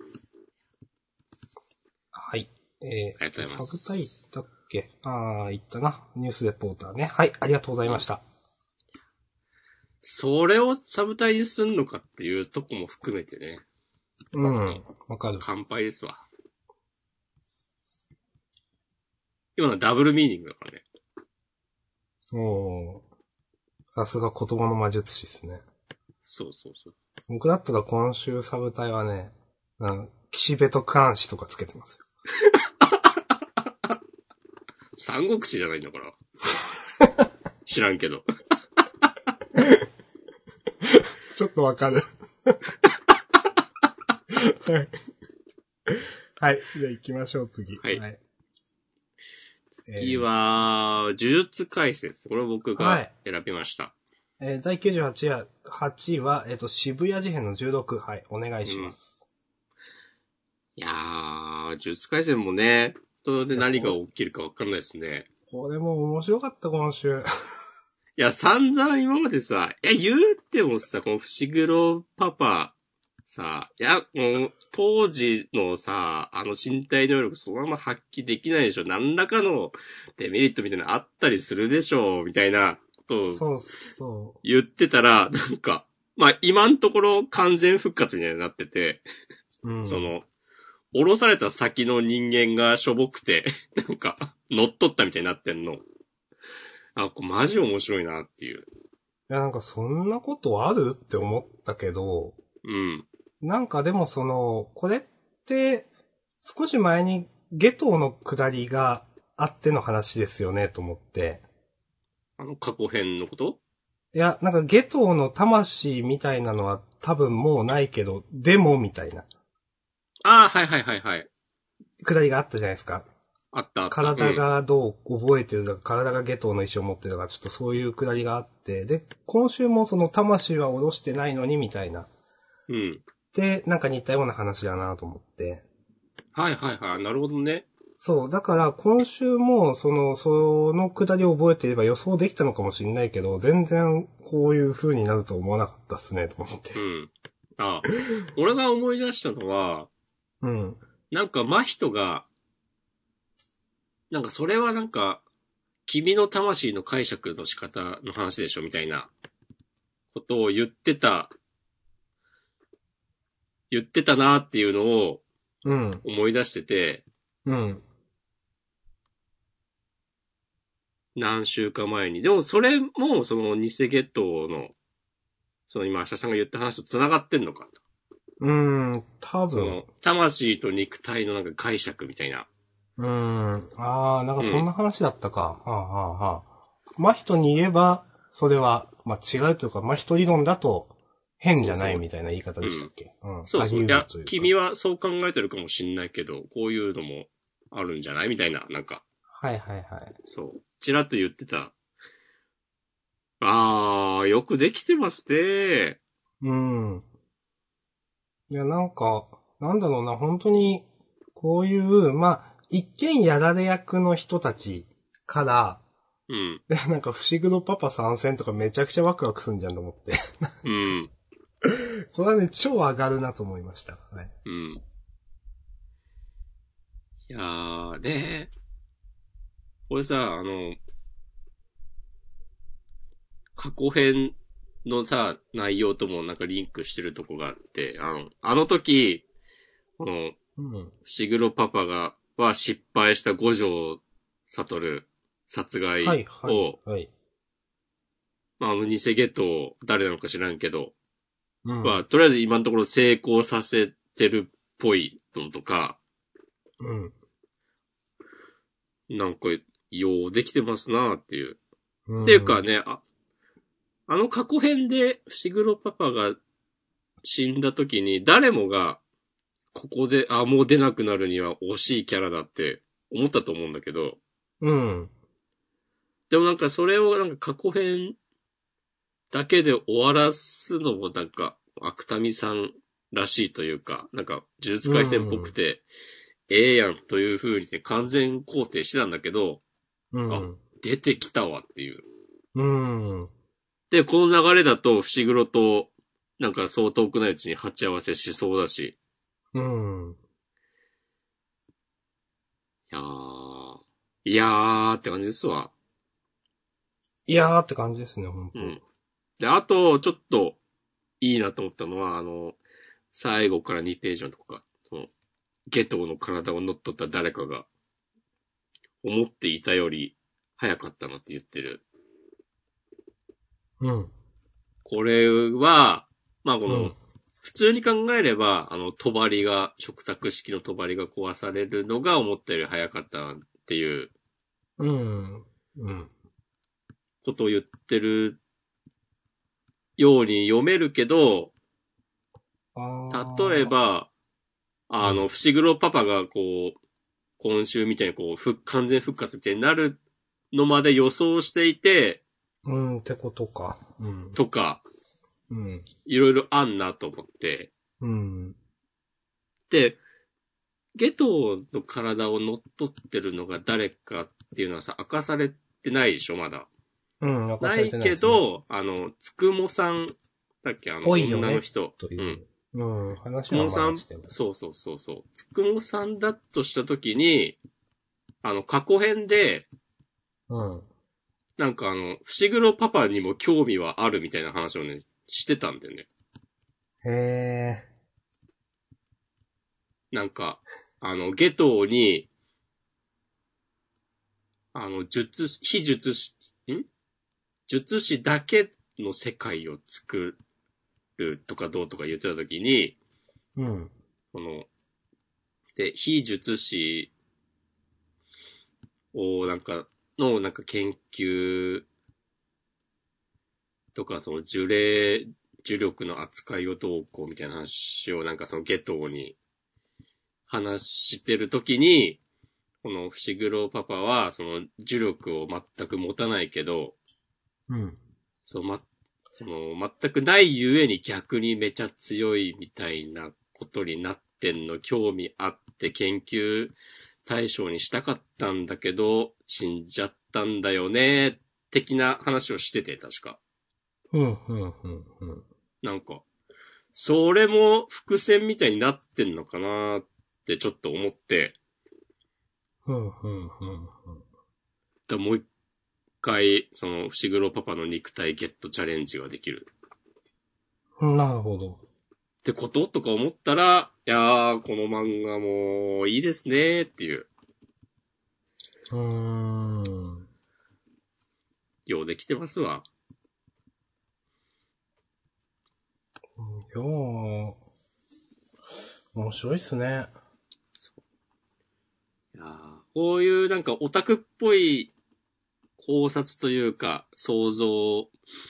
はい。 ありがとうございます。 サブタイだっけ？言ったな。ニュースレポーターね。はい、ありがとうございました。 それをサブタイにすんのかっていうとこも含めてね。 わかる。 乾杯ですわ。今のはダブルミーニングだからね。 さすが言葉の魔術師ですね。 そうそうそう。 僕だったら今週サブタイはね、岸辺と監視とかつけてますよ。 三国志じゃないんだから。知らんけど。 ちょっとわかる。はい。はい。じゃあ行きましょう、次。 はい。次は、呪術廻戦です。これを僕が選びました。 第98位は、渋谷事変の16。はい。お願いします。 いやー、呪術廻戦もね、それで何が起きるかわかんないですね。 これも面白かった、今週。 いや、散々今までさ、言うてもさ、この伏黒パパさ、いや、もう、当時のさ、身体能力そのまま発揮できないでしょ。何らかのデメリットみたいなのあったりするでしょ、みたいなことを言ってたら、なんか、まあ今んところ完全復活みたいになってて、 うん、 降ろされた先の人間がしょぼくて、なんか、乗っ取ったみたいになってんの。あ、これマジ面白いなっていう。 いや、なんかそんなことあるって思ったけど、 うん。 なんかでもこれって、少し前にゲトの下りがあっての話ですよね、と思って。 過去編のこと？ いや、なんかゲトの魂みたいなのは多分もうないけど、でもみたいな。 ああ、はいはいはいはい。 下りがあったじゃないですか。 あった。 体がどう覚えてるだか、体がゲトの意思を持ってるだか、ちょっとそういう下りがあって、で、今週も魂は下ろしてないのにみたいな。 うん。 で、なんか似たような話だなと思って。 はいはいはい。なるほどね。 そう、だから今週も、その下りを覚えていれば予想できたのかもしれないけど、全然こういう風になると思わなかったっすね、と思って。 うん。あ、俺が思い出したのは、 うん。 なんか真人が、なんかそれはなんか、君の魂の解釈の仕方の話でしょみたいなことを言ってたなっていうのを思い出してて、 うん。 何週間前に。でもそれもその偽ゲットの、その今、シャさんが言った話と繋がってんのかと。 多分。 その、魂と肉体のなんか解釈みたいな。 なんかそんな話だったか。真人に言えば、それは、まあ、違うというか、真人理論だと変じゃないみたいな言い方でしたっけ？ そうそう。いや、君はそう考えてるかもしんないけど、こういうのもあるんじゃないみたいな、なんか。 はいはいはい。 そう。ちらっと言ってた。よくできてますね。 いや、なんか、なんだろうな、本当に、こういう、まあ、一見やられ役の人たちから、なんか、伏黒パパ参戦とかめちゃくちゃワクワクすんじゃんと思って。これはね、超上がるなと思いました。はい。 いやー、で、これさ、過去編のさ、内容ともなんかリンクしてるとこがあって、あの時、伏黒パパは失敗した五条悟殺害を、まあ、偽ゲット誰なのか知らんけど、とりあえず今のところ成功させてるっぽいのとか、なんか、ようできてますなっていう。っていうかね、あの過去編で伏黒パパが死んだ時に誰もが、ここで、もう出なくなるには惜しいキャラだって思ったと思うんだけど。でもなんかそれをなんか過去編だけで終わらすのもなんか、芥見さんらしいというか、なんか、呪術廻戦っぽくて、ええやんという風にね、完全肯定してたんだけど、出てきたわっていう。で、この流れだと、伏黒と、なんかそう遠くないうちに鉢合わせしそうだし。いやーって感じですわ。 いやーって感じですね、本当。 で、あと、ちょっと、いいなと思ったのは、最後から2ページのとこか、ゲトの体を乗っ取った誰かが、思っていたより早かったなって言ってる。これは、まあこの、普通に考えれば、食卓式の帳が壊されるのが思ったより早かったなっていう、ことを言ってるように読めるけど、例えば、伏黒パパがこう、今週みたいにこう、完全復活みたいになるのまで予想していて、 ってことか。 とか、いろいろあんなと思って。で、ゲトの体を乗っ取ってるのが誰かっていうのはさ、明かされてないでしょ、まだ。ないけど、つくもさん、だっけ、女の人。 うん、 つくもさん、そう。つくもさんだとしたときに、過去編で、 うん。 なんか伏黒パパにも興味はあるみたいな話をね、してたんだよね。 へえ。 なんか、ゲトに、術師だけの世界を作るとかどうとか言ってたときに、 うん。 で、非術師をなんか研究とか、その呪力の扱いをどうこうみたいな話をなんかそのゲトに話してるときに、この伏黒パパはその呪力を全く持たないけど、 うん。 その全くないゆえに逆にめちゃ強いみたいなことになってんの興味あって研究対象にしたかったんだけど、死んじゃったんだよね、的な話をしてて、確か。なんか、それも伏線みたいになってんのかなってちょっと思って、もう一回、その、伏黒パパの肉体ゲットチャレンジができる。 なるほど。 ってこととか思ったら、いやー、この漫画もいいですねっていう。ようできてますわ。 面白いっすね。 いやこういうなんかオタクっぽい考察というか、想像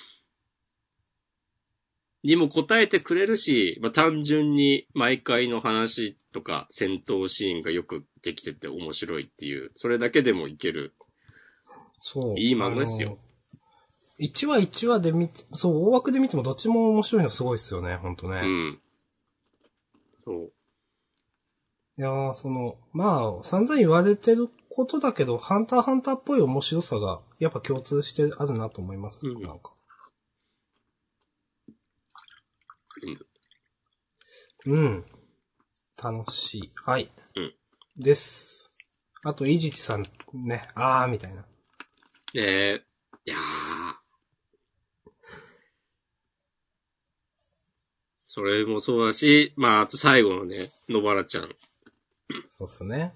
にも答えてくれるし、まあ、単純に毎回の話とか戦闘シーンがよくできてて面白いっていう、それだけでもいける。 そう。 いい漫画ですよ。 1話1話でそう、大枠で見てもどっちも面白いのすごいっすよね、ほんとね。 うん。そう。 いやー、まあ、散々言われてることだけど、ハンターハンターっぽい面白さが、やっぱ共通してあるなと思います。なんか。うん。楽しい。はい。 うん。 です。あと、いじきさん、ね、みたいな。 いやー。それもそうだし、まあ、あと最後のね、野原ちゃん。 そうっすね。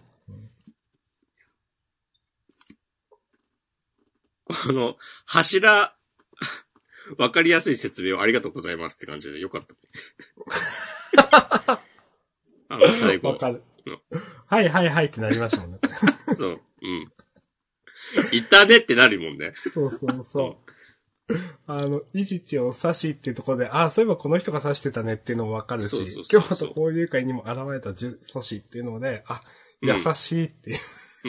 柱、わかりやすい説明をありがとうございますって感じでよかった。最後。 わかる。はいってなりましたもんね。 そう。うん。いたねってなるもんね。 そう。いじちを刺しっていうところで、そういえばこの人が刺してたねっていうのもわかるし、京都交流会にも現れた阻止っていうので、優しいっていう。 うん。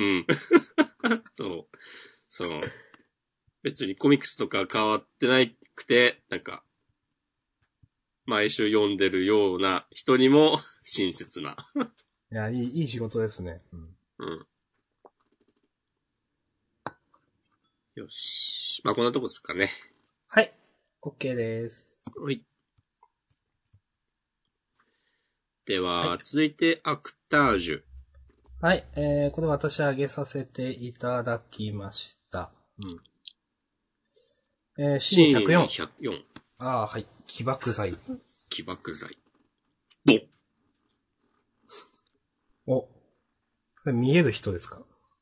そう。別にコミックスとか変わってなくて、なんか、毎週読んでるような人にも親切な。 いや、いい仕事ですね。 うん。よし。まあ、こんなとこですかね。 はい。OK です。 はい。では、続いて、アクタージュ。 はい。これ私挙げさせていただきました。シーン104。 104。 はい。起爆剤。 起爆剤。ボン。 お。これ見える人ですか？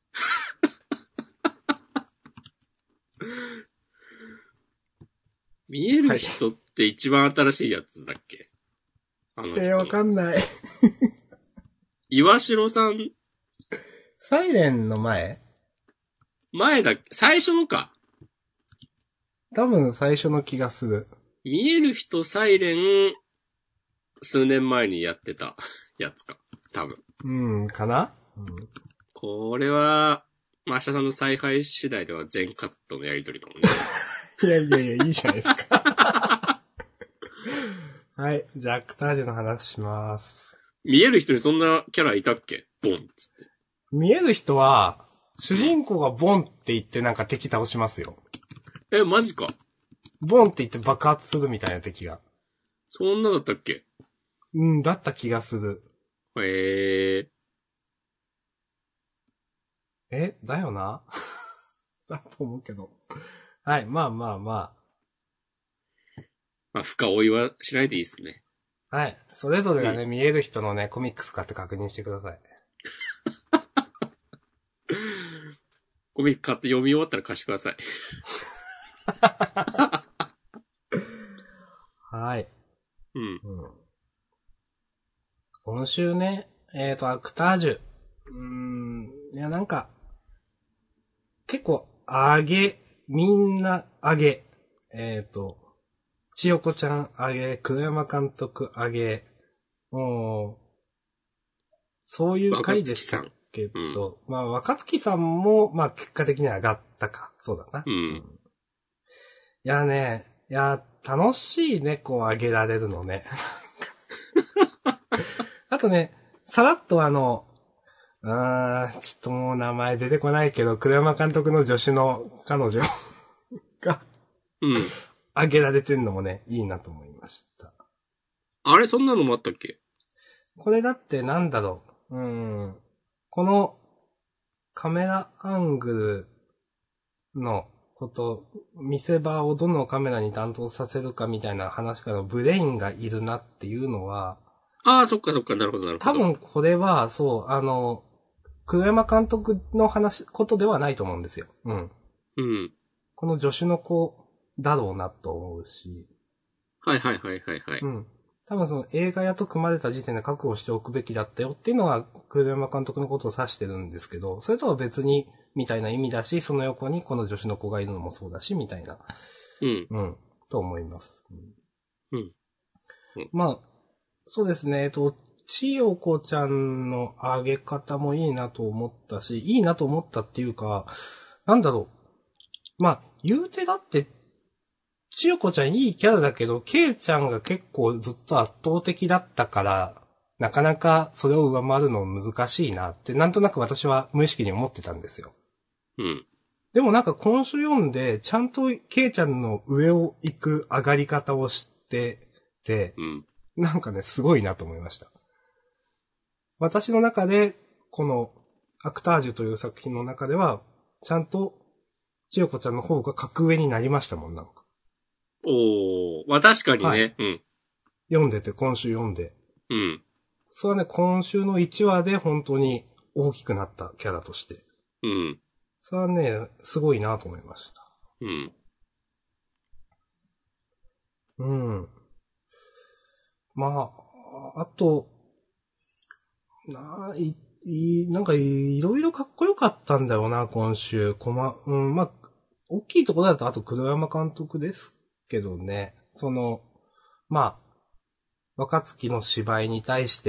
見える人って一番新しいやつだっけ？ わかんない。 岩城さん。 サイレンの前最初のか。 多分最初の気がする。 見える人サイレン、数年前にやってたやつか。多分。 かな？ これは、明日さんの采配次第では全カットのやりとりかもね。 いや、いいじゃないですか。はい。じゃあ、アクタージュの話します。 見える人にそんなキャラいたっけ？ボンっつって。 見える人は、主人公がボンって言ってなんか敵倒しますよ。 マジか。 ボンって言って爆発するみたいな敵が。 そんなだったっけ？ うん、だった気がする。だよなだと思うけど。はい、まあまあままあ、深追いはしないでいいですね。 あ。はい。それぞれがね、 うん。 見える人のね、コミックスかって確認してください。 コミック買って読み終わったら貸してください。 はい。 うん。 今週ね、アクタージュ。いや、なんか、結構、みんな千代子ちゃん黒山監督もう、そういう回でしたけど、まあ、若月さんも、まあ、結果的に上がったか。そうだな。いやね、楽しいね、こう上げられるのね。あとね、さらっとちょっともう名前出てこないけど、黒山監督の助手の彼女が、上げられてんのもね、いいなと思いました。 あれそんなのもあったっけ？ これだってなんだろう。このカメラアングルのこと、見せ場をどのカメラに担当させるかみたいな話からブレインがいるなっていうのは、 ああ、そっかそっか、なるほどなるほど。 多分これは、そう、黒山監督のことではないと思うんですよ。うん。この助手の子だろうなと思うし。 はいはいはいはいはい。 うん。多分その映画屋と組まれた時点で覚悟しておくべきだったよっていうのは黒山監督のことを指してるんですけど、それとは別にみたいな意味だし、その横にこの助手の子がいるのもそうだし、みたいな。と思います。まあ、そうですね、千代子ちゃんの上げ方もいいなと思ったし、いいなと思ったっていうか、なんだろう。まあ、言うてだって、千代子ちゃんいいキャラだけど、ケイちゃんが結構ずっと圧倒的だったから、なかなかそれを上回るの難しいなって、なんとなく私は無意識に思ってたんですよ。でもなんか今週読んで、ちゃんとケイちゃんの上を行く上がり方を知ってて、なんかね、すごいなと思いました。私の中で、この、アクタージュという作品の中では、ちゃんと、千代子ちゃんの方が格上になりましたもん、なんか。 まあ確かにね、はい。 読んでて、今週読んで。それはね、今週の1話で本当に大きくなったキャラとして。それはね、すごいなと思いました。まあ、あと、なんかいろいろかっこよかったんだよな、今週。まあ、大きいところだとあと黒山監督ですけどね。まあ、若月の芝居に対して、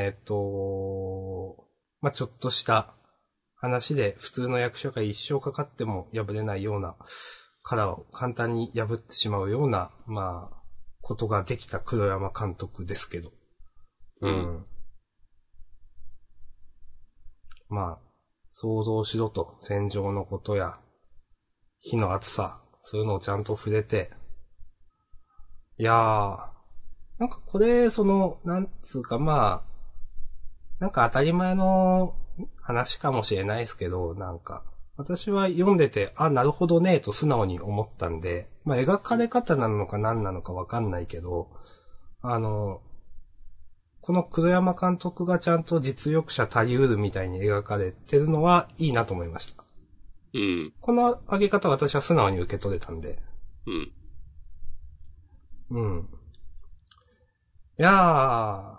まあちょっとした話で普通の役者が一生かかっても破れないような殻を簡単に破ってしまうような、まあ、ことができた黒山監督ですけど。まあ、想像しろと、戦場のことや、火の熱さ、そういうのをちゃんと触れて、いやー、なんかこれ、なんつうかまあ、なんか当たり前の話かもしれないですけど、なんか、私は読んでて、なるほどね、と素直に思ったんで、まあ描かれ方なのか何なのかわかんないけど、この黒山監督がちゃんと実力者足りうるみたいに描かれてるのはいいなと思いました。この上げ方私は素直に受け取れたんで。いや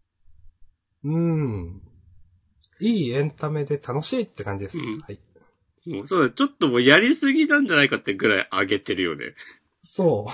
ー、いいエンタメで楽しいって感じです。はい。 もうそうだ、ちょっともうやりすぎなんじゃないかってぐらい上げてるよね。 そう。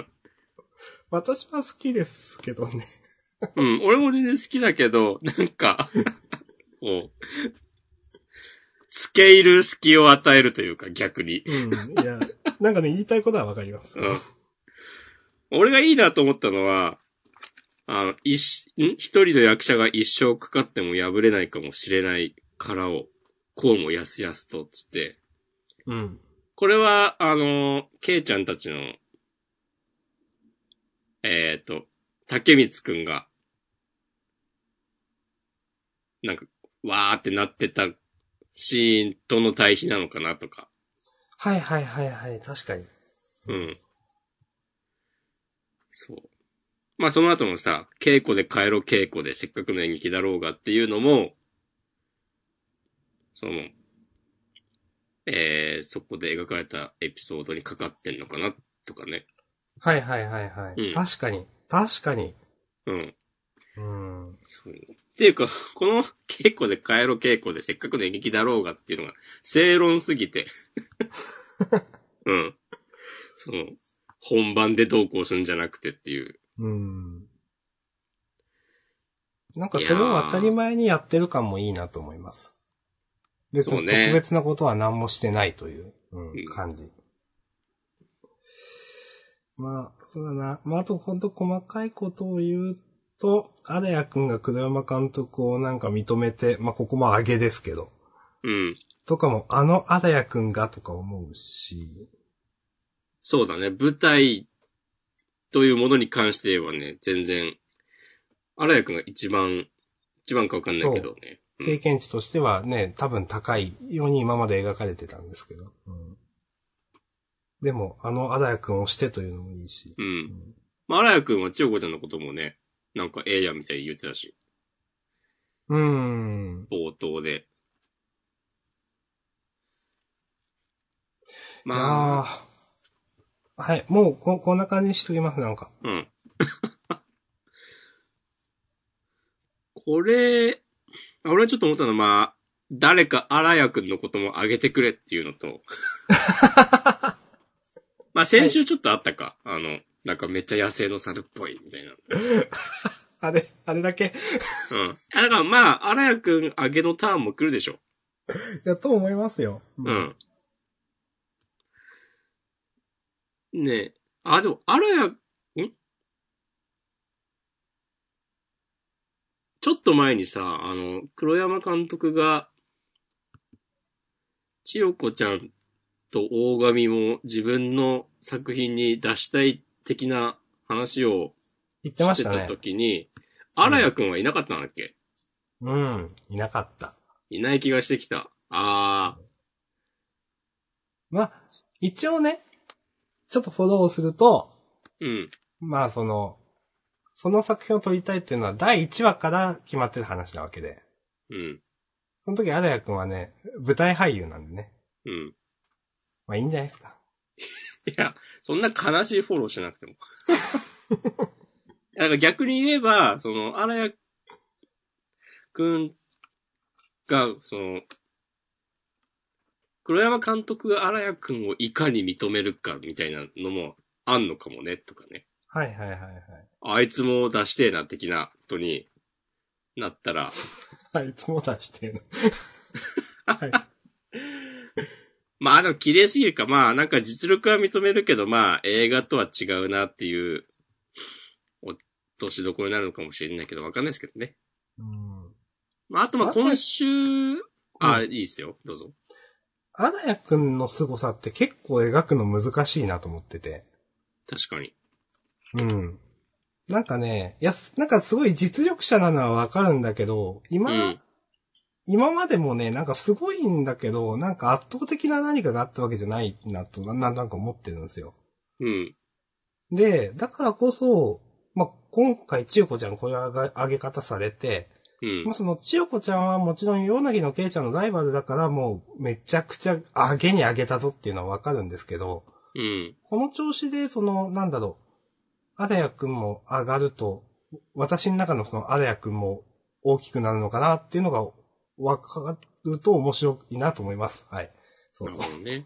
私は好きですけどね。 俺も全然好きだけど、なんか、こう、付け入る隙を与えるというか、逆に。 いや、なんかね、言いたいことはわかります。 俺がいいなと思ったのは、一人の役者が一生かかっても破れないかもしれない殻を、こうもやすやすと、つって。これは、ケイちゃんたちの、竹光くんがなんか、わーってなってたシーンとの対比なのかなとか。 はいはいはいはい、確かに。 うん。そう。まあその後のさ、稽古で帰ろう稽古でせっかくの演劇だろうがっていうのも、その、そこで描かれたエピソードにかかってんのかなとかね。 はいはいはいはい。 うん。 確かに。確かに。 うん。 うん。 そうっていうか、この稽古で帰ろう稽古でせっかくの演劇だろうがっていうのが正論すぎて。うん。その、本番でどうこうするんじゃなくてっていう。 うん。なんかそれを当たり前にやってる感もいいなと思います。別に特別なことは何もしてないという、感じ。まあ、そうだな。まあ、あとほんと細かいことを言うと、アレヤくんが黒山監督をなんか認めて、まあここも上げですけど。 うん。 とかも、アレヤくんがとか思うし。 そうだね。舞台というものに関して言えばね、全然、荒谷くんが一番かわかんないけどね。 経験値としてはね、多分高いように今まで描かれてたんですけど。うん、でも、荒谷くんをしてというのもいいし。 うん。まあ、荒谷くんは千代子ちゃんのこともね、なんかええやんみたいに言ってたし。冒頭で。 まあ。はい、もうこんな感じにしときます、なんか。 うん。これ、俺はちょっと思ったのは、まあ、誰か荒谷くんのこともあげてくれっていうのと。まあ先週ちょっとあったか。はい、なんかめっちゃ野生の猿っぽいみたいな。 あれだけうん。だからまあ、荒谷くんあげのターンも来るでしょ。 いや、と思いますよ。 うん。ねえ。あ、でも、荒谷、ちょっと前にさ、黒山監督が、千代子ちゃんと大神も自分の作品に出したい的な話をしてた時に、荒谷くんはいなかったんだっけ？ うん、いなかった。 いない気がしてきた。まあ、一応ね、ちょっとフォローすると、 うん。 まあその作品を撮りたいっていうのは第1話から決まってる話なわけで。 うん。 その時、荒谷くんはね、舞台俳優なんでね。 うん。 まあいいんじゃないですか。 いや、そんな悲しいフォローしなくても。だから逆に言えば、荒谷くんが、黒山監督が荒谷くんをいかに認めるかみたいなのもあんのかもね、とかね。 はいはいはいはい。 あいつも出してえな、的なことになったら。 あいつも出してえな。はい。 まあでも綺麗すぎるか。まあなんか実力は認めるけど、まあ映画とは違うなっていう、落としどころになるのかもしれないけど、わかんないですけどね。まああとまあ今週、いいっすよ。どうぞ。 荒谷くんの凄さって結構描くの難しいなと思ってて。 確かに。 うん。なんかね、なんかすごい実力者なのはわかるんだけど、今までもね、なんかすごいんだけど、なんか圧倒的な何かがあったわけじゃないなと、なんか思ってるんですよ。 うん。 で、だからこそ、まあ、今回千代子ちゃんこれ上げ方されて、 うん。 まあ、その千代子ちゃんはもちろんヨナギのケイちゃんのライバルだからもうめちゃくちゃ上げに上げたぞっていうのはわかるんですけど、 うん。 この調子でなんだろう、荒谷くんも上がると、私の中のその荒谷くんも大きくなるのかなっていうのがわかると面白いなと思います。はい。 そうそう。なるほどね。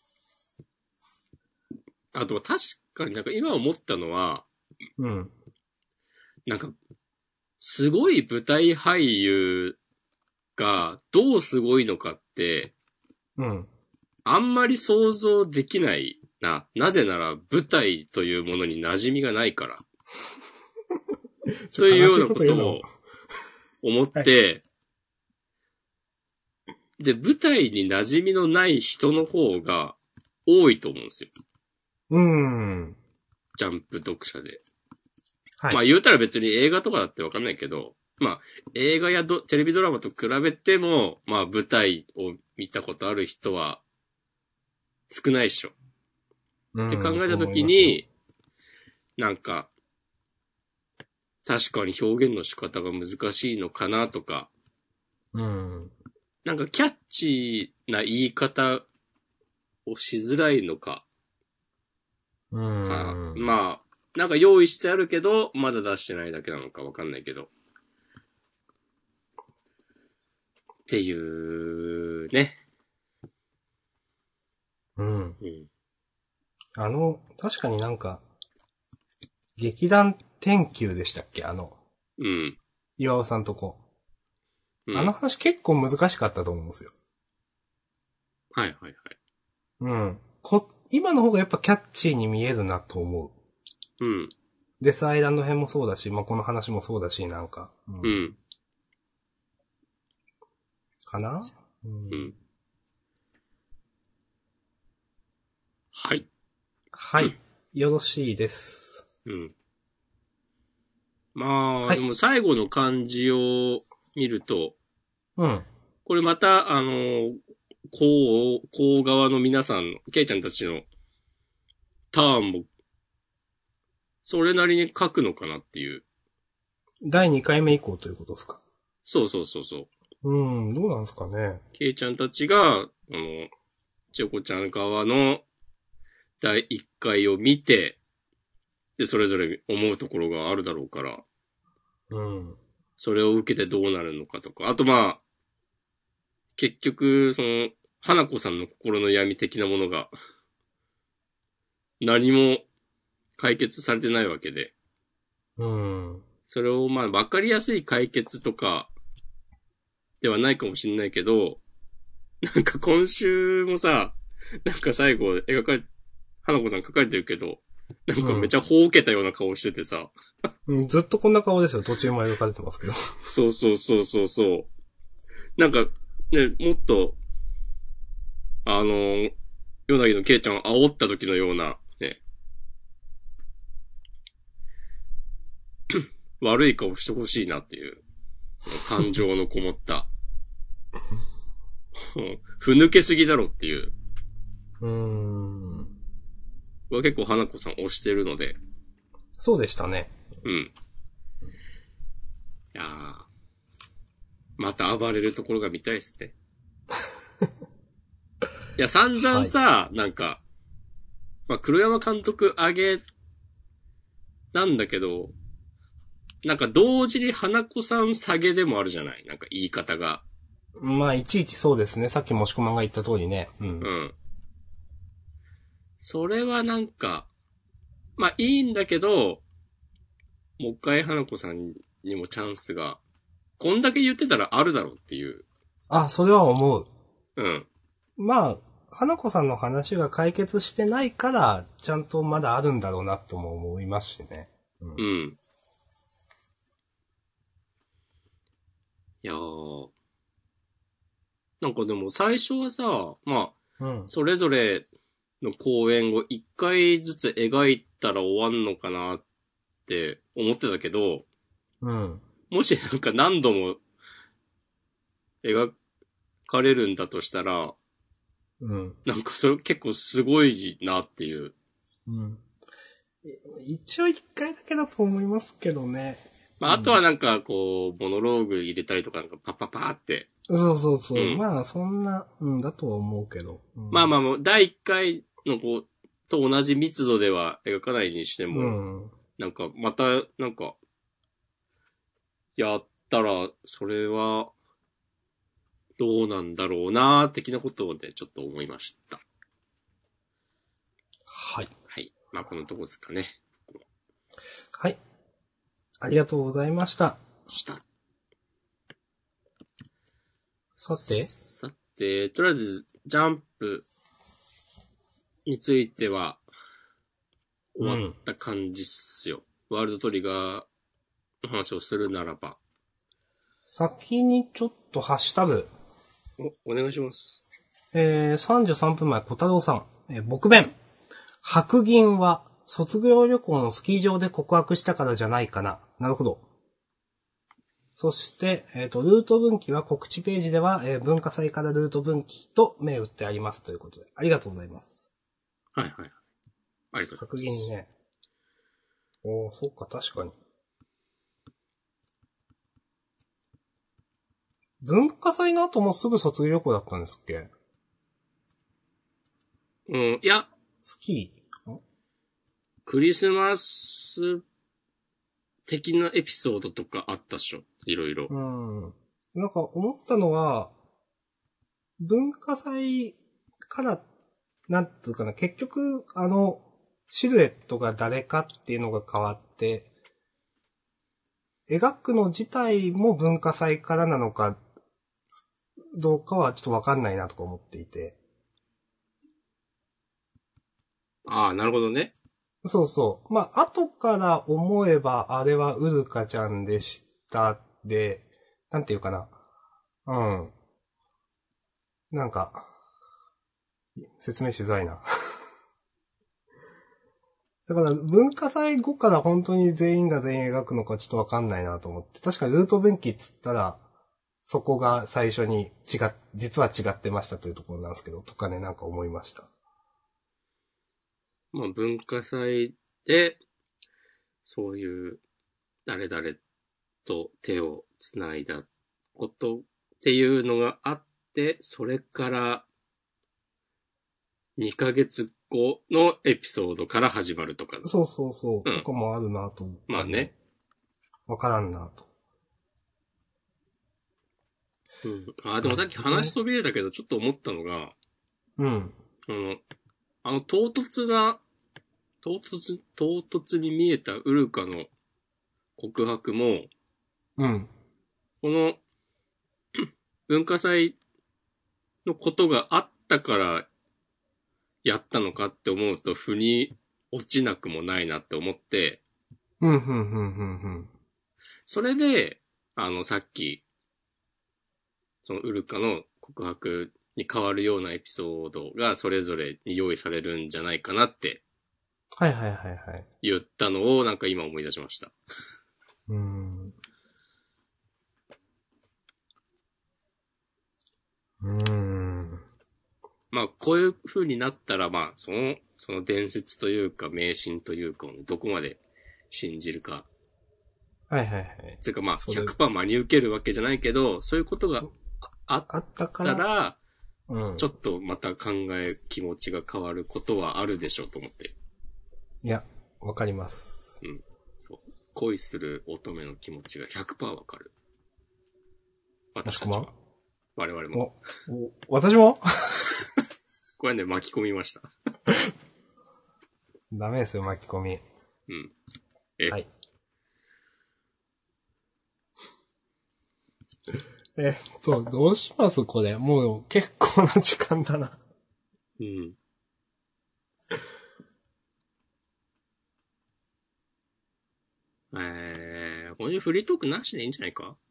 あと確かになんか今思ったのは、 うん。 なんか、すごい舞台俳優がどうすごいのかって、 うん。 あんまり想像できないな。なぜなら舞台というものに馴染みがないから。というようなことを思って、はい、で、舞台に馴染みのない人の方が多いと思うんですよ。ジャンプ読者で。はい。まあ言うたら別に映画とかだってわかんないけど、 まあ、映画やテレビドラマと比べても、まあ、舞台を見たことある人は少ないっしょ。って考えたときに、なんか、確かに表現の仕方が難しいのかなとか、なんかキャッチーな言い方をしづらいのか、まあ、なんか用意してあるけど、まだ出してないだけなのかわかんないけど。っていう、ね。 確かになんか、劇団天球でしたっけ岩尾さんとこ。あの話結構難しかったと思うんですよ。 はいはいはい。 今の方がやっぱキャッチーに見えるなと思う。デスアイランド編もそうだし、まあ、この話もそうだし、なんか。かな？ はい。 はい。よろしいです。 まあ、でも最後の漢字を見ると、これまた、こう側の皆さん、ケイちゃんたちのターンも、それなりに書くのかなっていう。 第2回目以降ということですか？ そう。 どうなんですかね。 ケイちゃんたちが、チョコちゃん側の第1回を見て、で、それぞれ思うところがあるだろうから、それを受けてどうなるのかとか、あとまあ、結局、花子さんの心の闇的なものが、何も解決されてないわけで。それをまあ、わかりやすい解決とか、ではないかもしれないけど、なんか今週もさ、なんか最後花子さん書かれてるけど、なんかめちゃほうけたような顔しててさ。 ずっとこんな顔ですよ。途中まで描かれてますけど。 そう。なんか、ね、もっと、ヨナギのケイちゃんを煽った時のような、ね。悪い顔してほしいなっていう、感情のこもった。ふぬけすぎだろっていう。結構花子さん推してるので。 そうでしたね。 いやー、また暴れるところが見たいっすね。いや、散々さ、なんか、まあ、黒山監督上げ、なんだけど、なんか同時に花子さん下げでもあるじゃない？なんか言い方が。 まあ、いちいちそうですね。さっきもしこまんが言った通りね。 それはなんか、まあいいんだけど、もう一回花子さんにもチャンスが、こんだけ言ってたらあるだろうっていう。 あ、それは思う。まあ、花子さんの話が解決してないから、ちゃんとまだあるんだろうなとも思いますしね。 いやー。なんかでも最初はさ、まあ、それぞれの公演を一回ずつ描いたら終わんのかなって思ってたけど、もしなんか何度も描かれるんだとしたら、なんかそれ結構すごいなっていう。 一応一回だけだと思いますけどね。 まあ、あとはなんかこう、モノローグ入れたりとかなんかパッパパーって。 そう。まあ、そんな、だとは思うけど。 まあ、第1回のこう、と同じ密度では描かないにしても、なんか、また、なんか、やったら、それは、どうなんだろうな的なことをね、ちょっと思いました。 はい。 まあ、このとこですかね。 はい。ありがとうございました。さて、とりあえず、ジャンプについては、終わった感じっすよ。ワールドトリガーの話をするならば。 先にちょっとハッシュタグ。 お願いします。 33分前、小太郎さん。僕弁。白銀は、卒業旅行のスキー場で告白したからじゃないかな。なるほど。 そして、ルート分岐は告知ページでは、文化祭からルート分岐と銘打ってありますということで、ありがとうございます。 はいはい。ありがとうございます。 確認ね。そっか、確かに。文化祭の後もすぐ卒業旅行だったんですっけ？ うん、いや。 スキー？ クリスマス的なエピソードとかあったっしょ？いろいろ。 なんか思ったのは、文化祭から、なんつうかな、結局、シルエットが誰かっていうのが変わって、描くの自体も文化祭からなのか、どうかはちょっとわかんないなとか思っていて。 ああ、なるほどね。 そうそう。まあ、後から思えば、あれはウルカちゃんでしたで、なんていうかな。なんか、説明しづらいな。だから、文化祭後から本当に全員が全員描くのかちょっとわかんないなと思って。確かにルート分岐っつったら、そこが最初に実は違ってましたというところなんですけど、とかね、なんか思いました。 まあ、文化祭で、そういう、誰々と手をつないだことっていうのがあって、それから2ヶ月後のエピソードから始まるとか。 そうそうそう、とかもあるなと思って。 まあね。 わからんなと。 でもさっき話しそびれたけど、ちょっと思ったのが、唐突に見えたウルカの告白も、この、文化祭のことがあったからやったのかって思うと腑に落ちなくもないなって思って、それで、さっき、そのウルカの告白に変わるようなエピソードがそれぞれに用意されるんじゃないかなって。 はいはいはいはい。 言ったのをなんか今思い出しました。まあ、こういう風になったら、まあ、その伝説というか、迷信というかを、ね、どこまで信じるか。 はいはいはい。 つうかまあ、100% 真に受けるわけじゃないけど、そういうことがあったら、ちょっとまた気持ちが変わることはあるでしょうと思って。 いや、わかります。 そう。恋する乙女の気持ちが 100% わかる。私たちは。我々も。 私もこれね、巻き込みました。 ダメですよ、巻き込み。 はい。 どうしますこれ。もう結構な時間だな。 これフリートークなしでいいんじゃないか？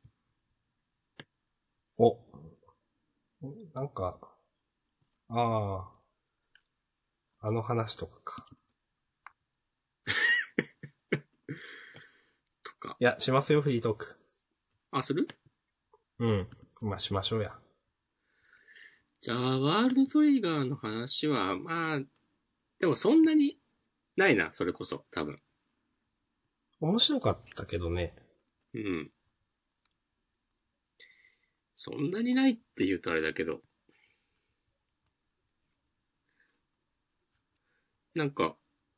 なんか、あの話とかか。 とか。 いや、しますよ、フリートーク。 する？ まあ、しましょうや。 じゃあ、ワールドトリガーの話は、まあ、でもそんなにないな、それこそ、多分。 面白かったけどね。 そんなにないって言うとあれだけど。なんか、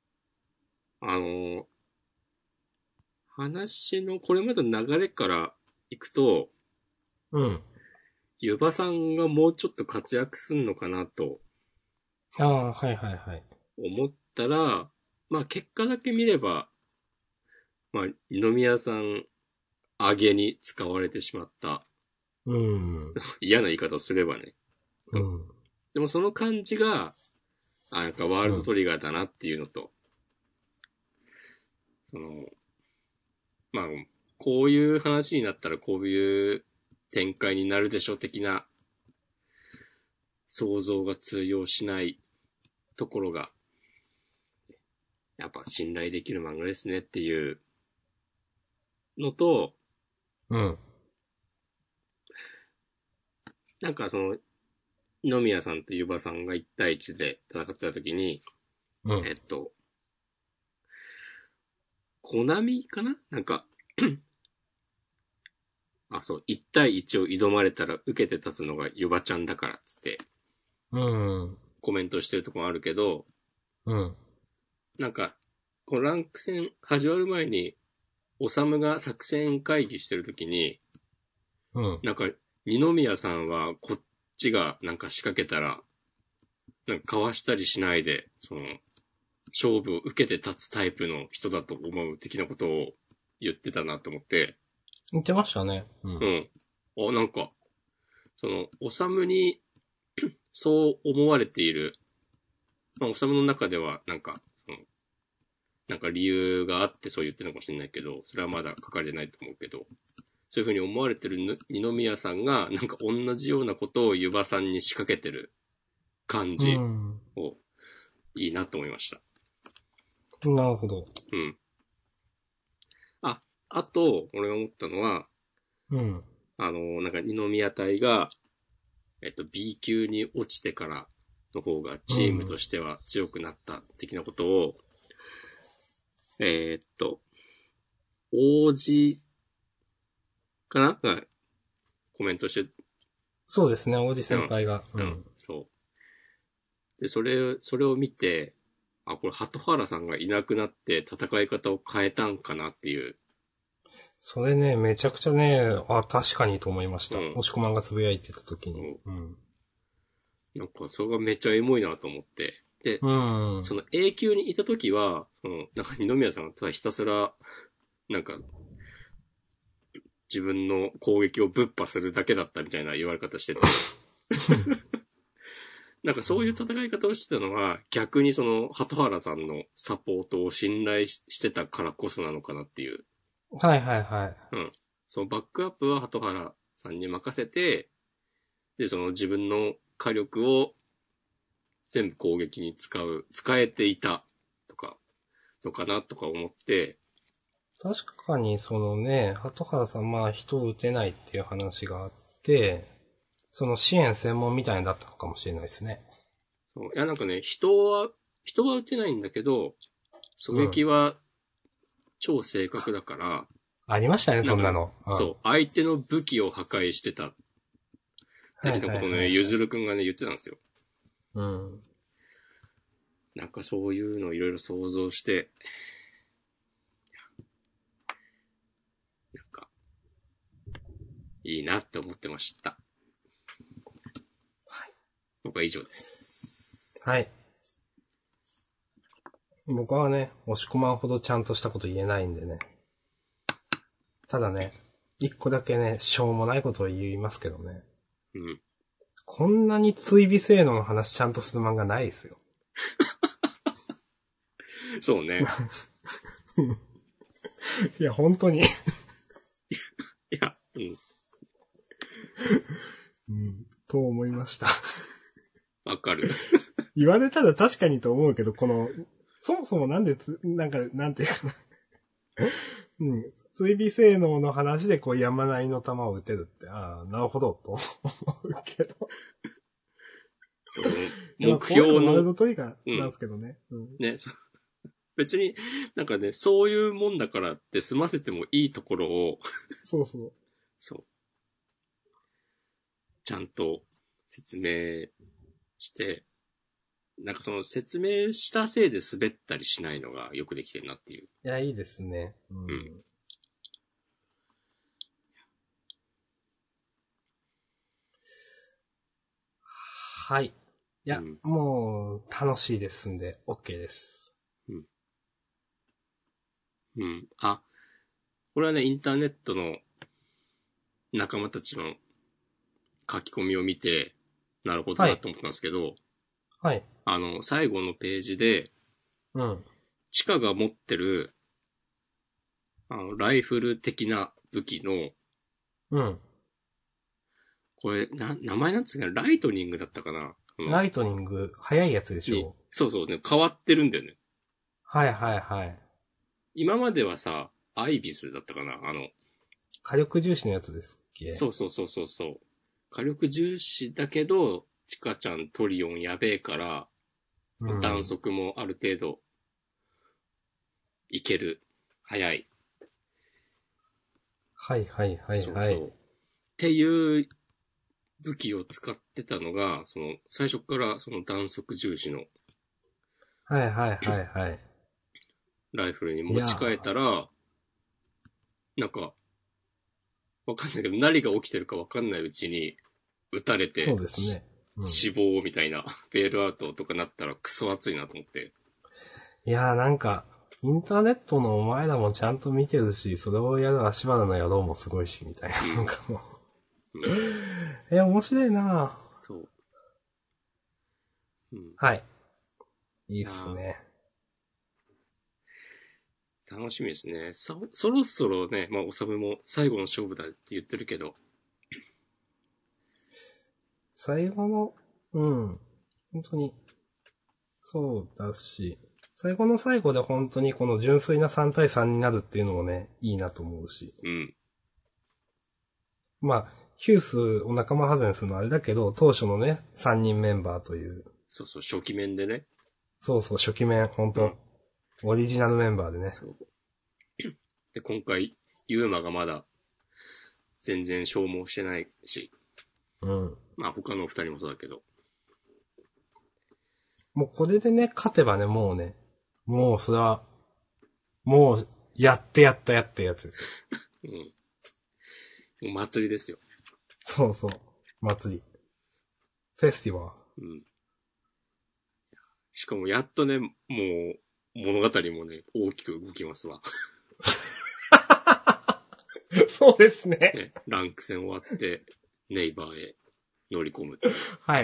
話のこれまでの流れからいくと、ゆばさんがもうちょっと活躍すんのかなと。 はいはいはい。 思ったら、まあ結果だけ見れば、まあ二宮さん上げに使われてしまった。嫌な言い方をすればね。でもその感じが、なんかワールドトリガーだなっていうのと、まあ、こういう話になったらこういう展開になるでしょ的な想像が通用しないところが、やっぱ信頼できる漫画ですねっていうのと、 なんか二宮さんとゆばさんが1対1で戦ってた時に、 うん。 コナミかななんか、そう、1対1を挑まれたら受けて立つのがゆばちゃんだからっつって、 うん。 コメントしてるとこもあるけど、 うん。 なんか、このランク戦始まる前に、おさむが作戦会議してるときに、 うん。 なんか、二宮さんはこっちがなんか仕掛けたら、なんかかわしたりしないで、勝負を受けて立つタイプの人だと思う的なことを言ってたなと思って。 言ってましたね。うん。 なんか、おさむに、そう思われている、まあ、おさむの中では、なんか、なんか理由があってそう言ってるのかもしれないけど、それはまだ書かれてないと思うけど、そういうふうに思われてる二宮さんが、なんか同じようなことをゆばさんに仕掛けてる感じを、いいなと思いました。 なるほど。 うん。あと、俺が思ったのは、 うん。 なんか二宮隊が、B 級に落ちてからの方がチームとしては強くなった的なことを、王子かながコメントして、 そうですね、王子先輩が。 そう。で、それを見て、これ、鳩原さんがいなくなって戦い方を変えたんかなっていう。 それね、めちゃくちゃね、確かにと思いました。押し込まんがつぶやいてた時に。 なんか、それがめっちゃエモいなと思って。で、その A 級にいた時は、なんか二宮さんがただひたすら、なんか、自分の攻撃をぶっ破するだけだったみたいな言われ方してて。なんかそういう戦い方をしてたのは、逆に鳩原さんのサポートを信頼してたからこそなのかなっていう。 はいはいはい。 そのバックアップは鳩原さんに任せて、で、自分の火力を全部攻撃に使えていたとか、のかなとか思って、 確かに鳩原さん人を撃てないっていう話があって、支援専門みたいだったのかもしれないですね。 いやなんかね、人は撃てないんだけど、狙撃は超正確だから、 ありましたね、そんなの。 そう、相手の武器を破壊してた。的なことね、ゆずるくんがね、言ってたんですよ。なんかそういうのをいろいろ想像して、なんか、いいなって思ってました。はい。僕は以上です。 はい。僕はね、押し込まんほどちゃんとしたこと言えないんでね。ただね、一個だけね、しょうもないことを言いますけどね。こんなに追尾性能の話ちゃんとする漫画ないですよ。 そうね。 いや、本当に。 いや、 と思いました。 わかる。 言われたら確かにと思うけど、そもそもなんでなんていうかな。追尾性能の話で山なりの弾を撃てるって、なるほど、と思うけど。 目標の。 ワールドトリガーなんですけどね。 ね、別に、なんかね、そういうもんだからって済ませてもいいところを。 そう。 そう。ちゃんと説明して、なんか説明したせいで滑ったりしないのがよくできてるなっていう。 いや、いいですね。はい。いや、もう、楽しいですんで、OK です。 これはね、インターネットの仲間たちの書き込みを見て、なるほどなと思ったんですけど、 はい。 最後のページで、チカが持ってる、ライフル的な武器の、これ、名前なんですかね、ライトニングだったかな。 ライトニング、速いやつでしょ。 そうね、変わってるんだよね。 はい。 今まではさ、アイビスだったかな、 火力重視のやつですっけ。 そう。 火力重視だけど、チカちゃんトリオンやべえから、弾速もある程度、いける。早い。 はいはいはいはい。そうそう。 っていう武器を使ってたのが、最初から弾速重視の。 はいはいはいはい。 ライフルに持ち替えたら、なんか、わかんないけど、何が起きてるかわかんないうちに、撃たれて、 そうですね。 死亡みたいな、ベールアウトとかなったらクソ熱いなと思って。 いやーなんか、インターネットのお前らもちゃんと見てるし、それをやる足原の野郎もすごいし、みたいな。なんかもう。面白いなそう。 はい。いいっすね。 楽しみですね。そろそろね、まあ、おさむも最後の勝負だって言ってるけど。 最後の、本当に、そうだし、最後の最後で本当にこの純粋な3対3になるっていうのもね、いいなと思うし。まあ、ヒュースを仲間外れにするのはあれだけど、当初のね、3人メンバーという。 そうそう、初期面でね。 そうそう、初期面、本当、オリジナルメンバーでね。そう。 で、今回、ユーマがまだ、全然消耗してないし。まあ、他の2人もそうだけど。 もうこれでね、勝てばね、もうね、もうそれは、もう、やってやったやってやつですよ。 もう祭りですよ。 そうそう。祭り。フェスティバル。しかもやっとね、もう、物語もね、大きく動きますわ。 そうですね。 ランク戦終わって、ネイバーへ乗り込む。 はい。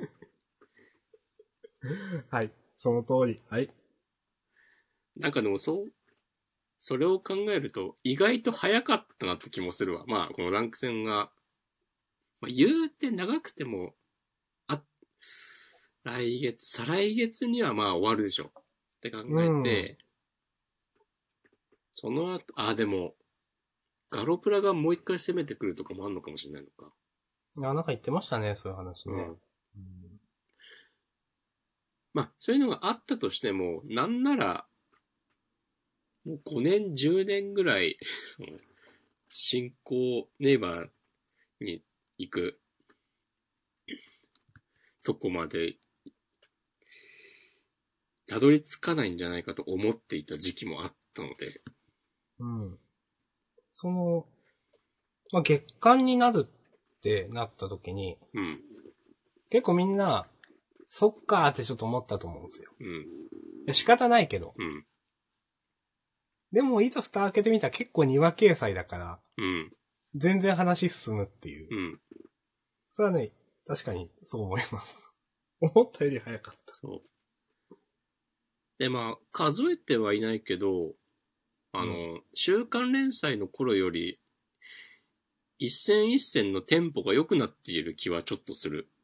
はい。その通り。はい。 なんかでもそれを考えると、意外と早かったなって気もするわ。まあ、このランク戦が、まあ、言うて長くても、再来月にはまあ終わるでしょ。って考えて、その後、でも、ガロプラがもう一回攻めてくるとかもあんのかもしれないのか。 なんか言ってましたね、そういう話ね。 まあ、そういうのがあったとしても、なんなら、もう5年、10年ぐらい、進行、ネイバーに行くとこまで、たどり着かないんじゃないかと思っていた時期もあったので。 まあ、月間になるってなった時に、結構みんな、そっかーってちょっと思ったと思うんですよ。仕方ないけど。でも、いざ蓋開けてみたら結構庭掲載だから、全然話進むっていう。それはね、確かにそう思います。思ったより早かった。 そう。で、まあ、数えてはいないけど、週刊連載の頃より、一戦一戦のテンポが良くなっている気はちょっとする。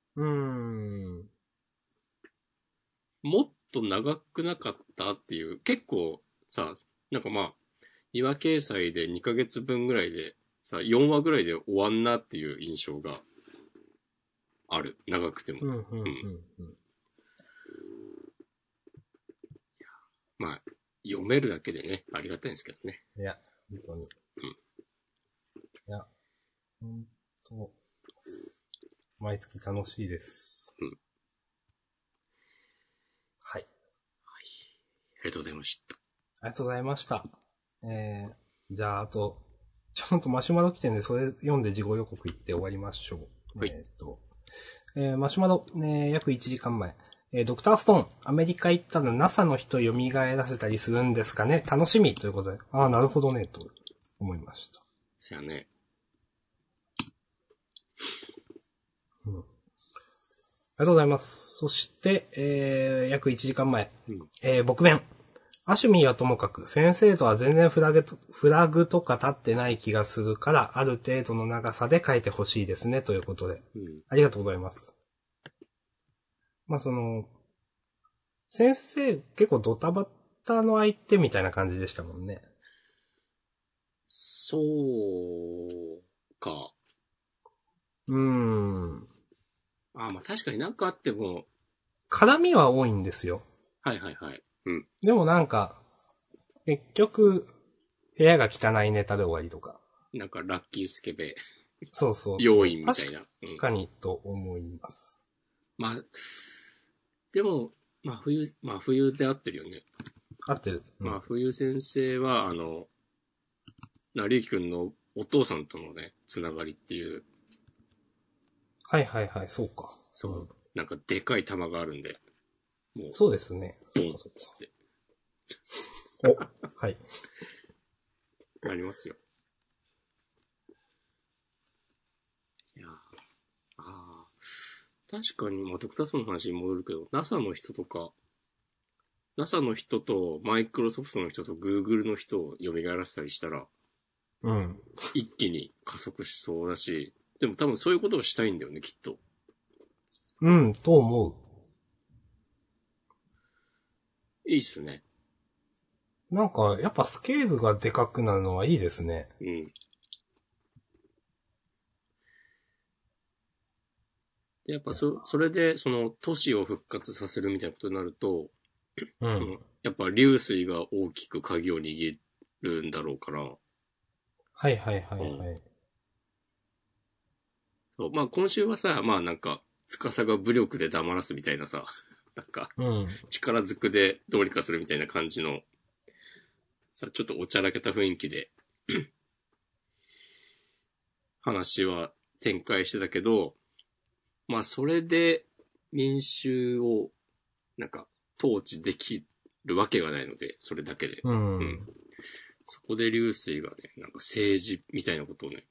もっと長くなかったっていう、結構さ、なんかまあ、庭掲載で2ヶ月分ぐらいで、さ、4話ぐらいで終わんなっていう印象がある。長くても。まあ、読めるだけでね、ありがたいんですけどね。 いや、本当に。いや、本当、毎月楽しいです。はい。 ありがとうございました。 ありがとうございました。じゃあ、あと、ちょっとマシュマロ来てんで、それ読んで事後予告言って終わりましょう。マシュマロ、約1時間前。ドクターストーン、アメリカ行ったら NASA の人蘇らせたりするんですかね、楽しみということで。なるほどね、と思いました。 そやね。 ありがとうございます。そして、約1時間前。僕弁。アシュミーはともかく、先生とは全然フラグとか立ってない気がするから、ある程度の長さで書いてほしいですね、ということで。ありがとうございます。まあ、先生結構ドタバタの相手みたいな感じでしたもんね。 そうか。 まあ確かになんかあっても。 絡みは多いんですよ。 はいはいはい。うん。 でもなんか、結局、部屋が汚いネタで終わりとか。 なんかラッキースケベ。 そうそうそう。 要因みたいな。 確かにと思います。 まあ、でも、冬で合ってるよね。 合ってる。 冬先生は、なりゆきくんのお父さんとのね、つながりっていう。 はいはいはい、そうか。 そう。なんかでかい玉があるんで。 もう。そうですね。 そうか、つって。 お、はい。 ありますよ。いや確かに、ドクターストーンの話に戻るけど、NASA の人とか、NASA の人と、マイクロソフトの人と、Google の人を蘇らせたりしたら、一気に加速しそうだし、でも多分そういうことをしたいんだよね、きっと。 と思う。 いいっすね。 なんか、やっぱスケールがでかくなるのはいいですね。 で、やっぱそれで、都市を復活させるみたいなことになると、やっぱ流水が大きく鍵を握るんだろうから。 はいはいはいはい。 そう、今週はさ、なんか、司が武力で黙らすみたいなさ、なんか、力ずくでどうにかするみたいな感じの、さ、ちょっとおちゃらけた雰囲気で、話は展開してたけど、それで民衆を、なんか、統治できるわけがないので、それだけで。そこで流水がね、なんか政治みたいなことをね、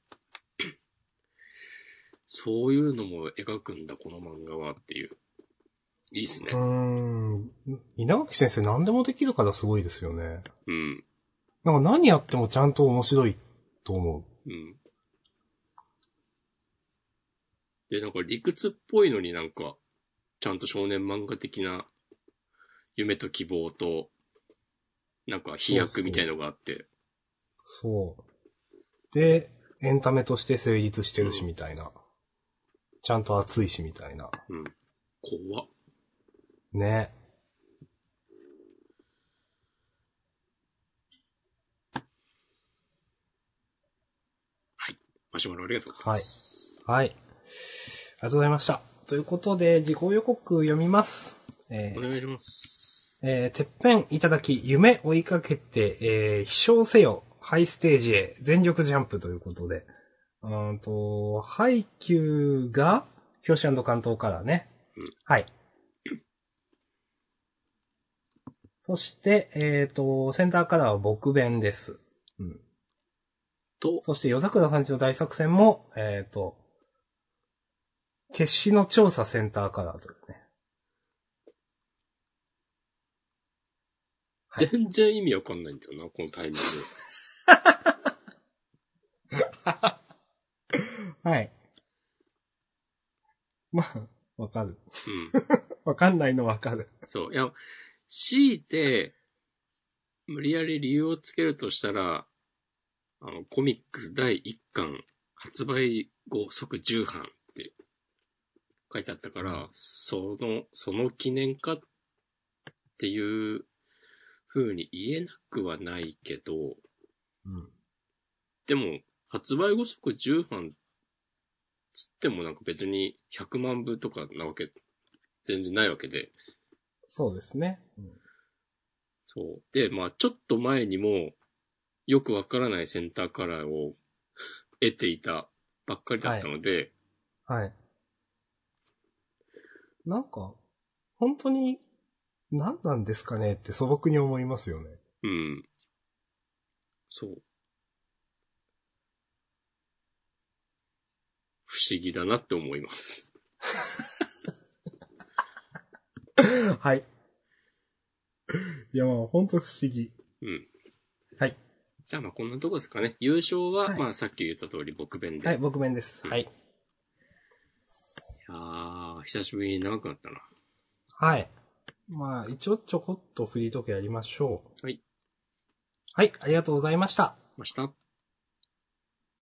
そういうのも描くんだ、この漫画はっていう。いいっすね。 稲垣先生何でもできるからすごいですよね。なんか何やってもちゃんと面白いと思う。 で、なんか理屈っぽいのになんか、ちゃんと少年漫画的な夢と希望と、なんか飛躍みたいのがあって。 そう。で、エンタメとして成立してるしみたいな。ちゃんと熱いしみたいな。 怖っ。 ね。 はい。マシュマロありがとうございます。 はい。はい。ありがとうございました。ということで、自己予告読みます。 お願いします。 てっぺんいただき、夢追いかけて、飛翔せよ、ハイステージへ、全力ジャンプということで。ハイキューが、表紙関東カラーね。はい。そして、センターカラーは僕弁です。そして、夜桜さんちの大作戦も、決死の調査センターカラーというね。 はい、全然意味わかんないんだよな、このタイミング。はい。わかる。わかんないのわかる。 そう。いや、強いて、無理やり理由をつけるとしたら、コミックス第1巻、発売後即重版って書いてあったから、その記念かっていう風に言えなくはないけど、でも、発売後即重版つってもなんか別に100万部とかなわけ、全然ないわけで。 そうですね。 そう。で、ちょっと前にも、よくわからないセンターカラーを得ていたばっかりだったので。 はい。なんか、本当に、何なんですかねって素朴に思いますよね。 そう。不思議だなって思います。 はい。いや本当不思議。はい。 じゃあこんなとこですかね。優勝は、さっき言った通り僕弁で。 はい、僕弁です。はい。いやー、久しぶりに長くなったな。 はい。一応ちょこっとフリートークやりましょう。はい。 はい、ありがとうございました。 ました。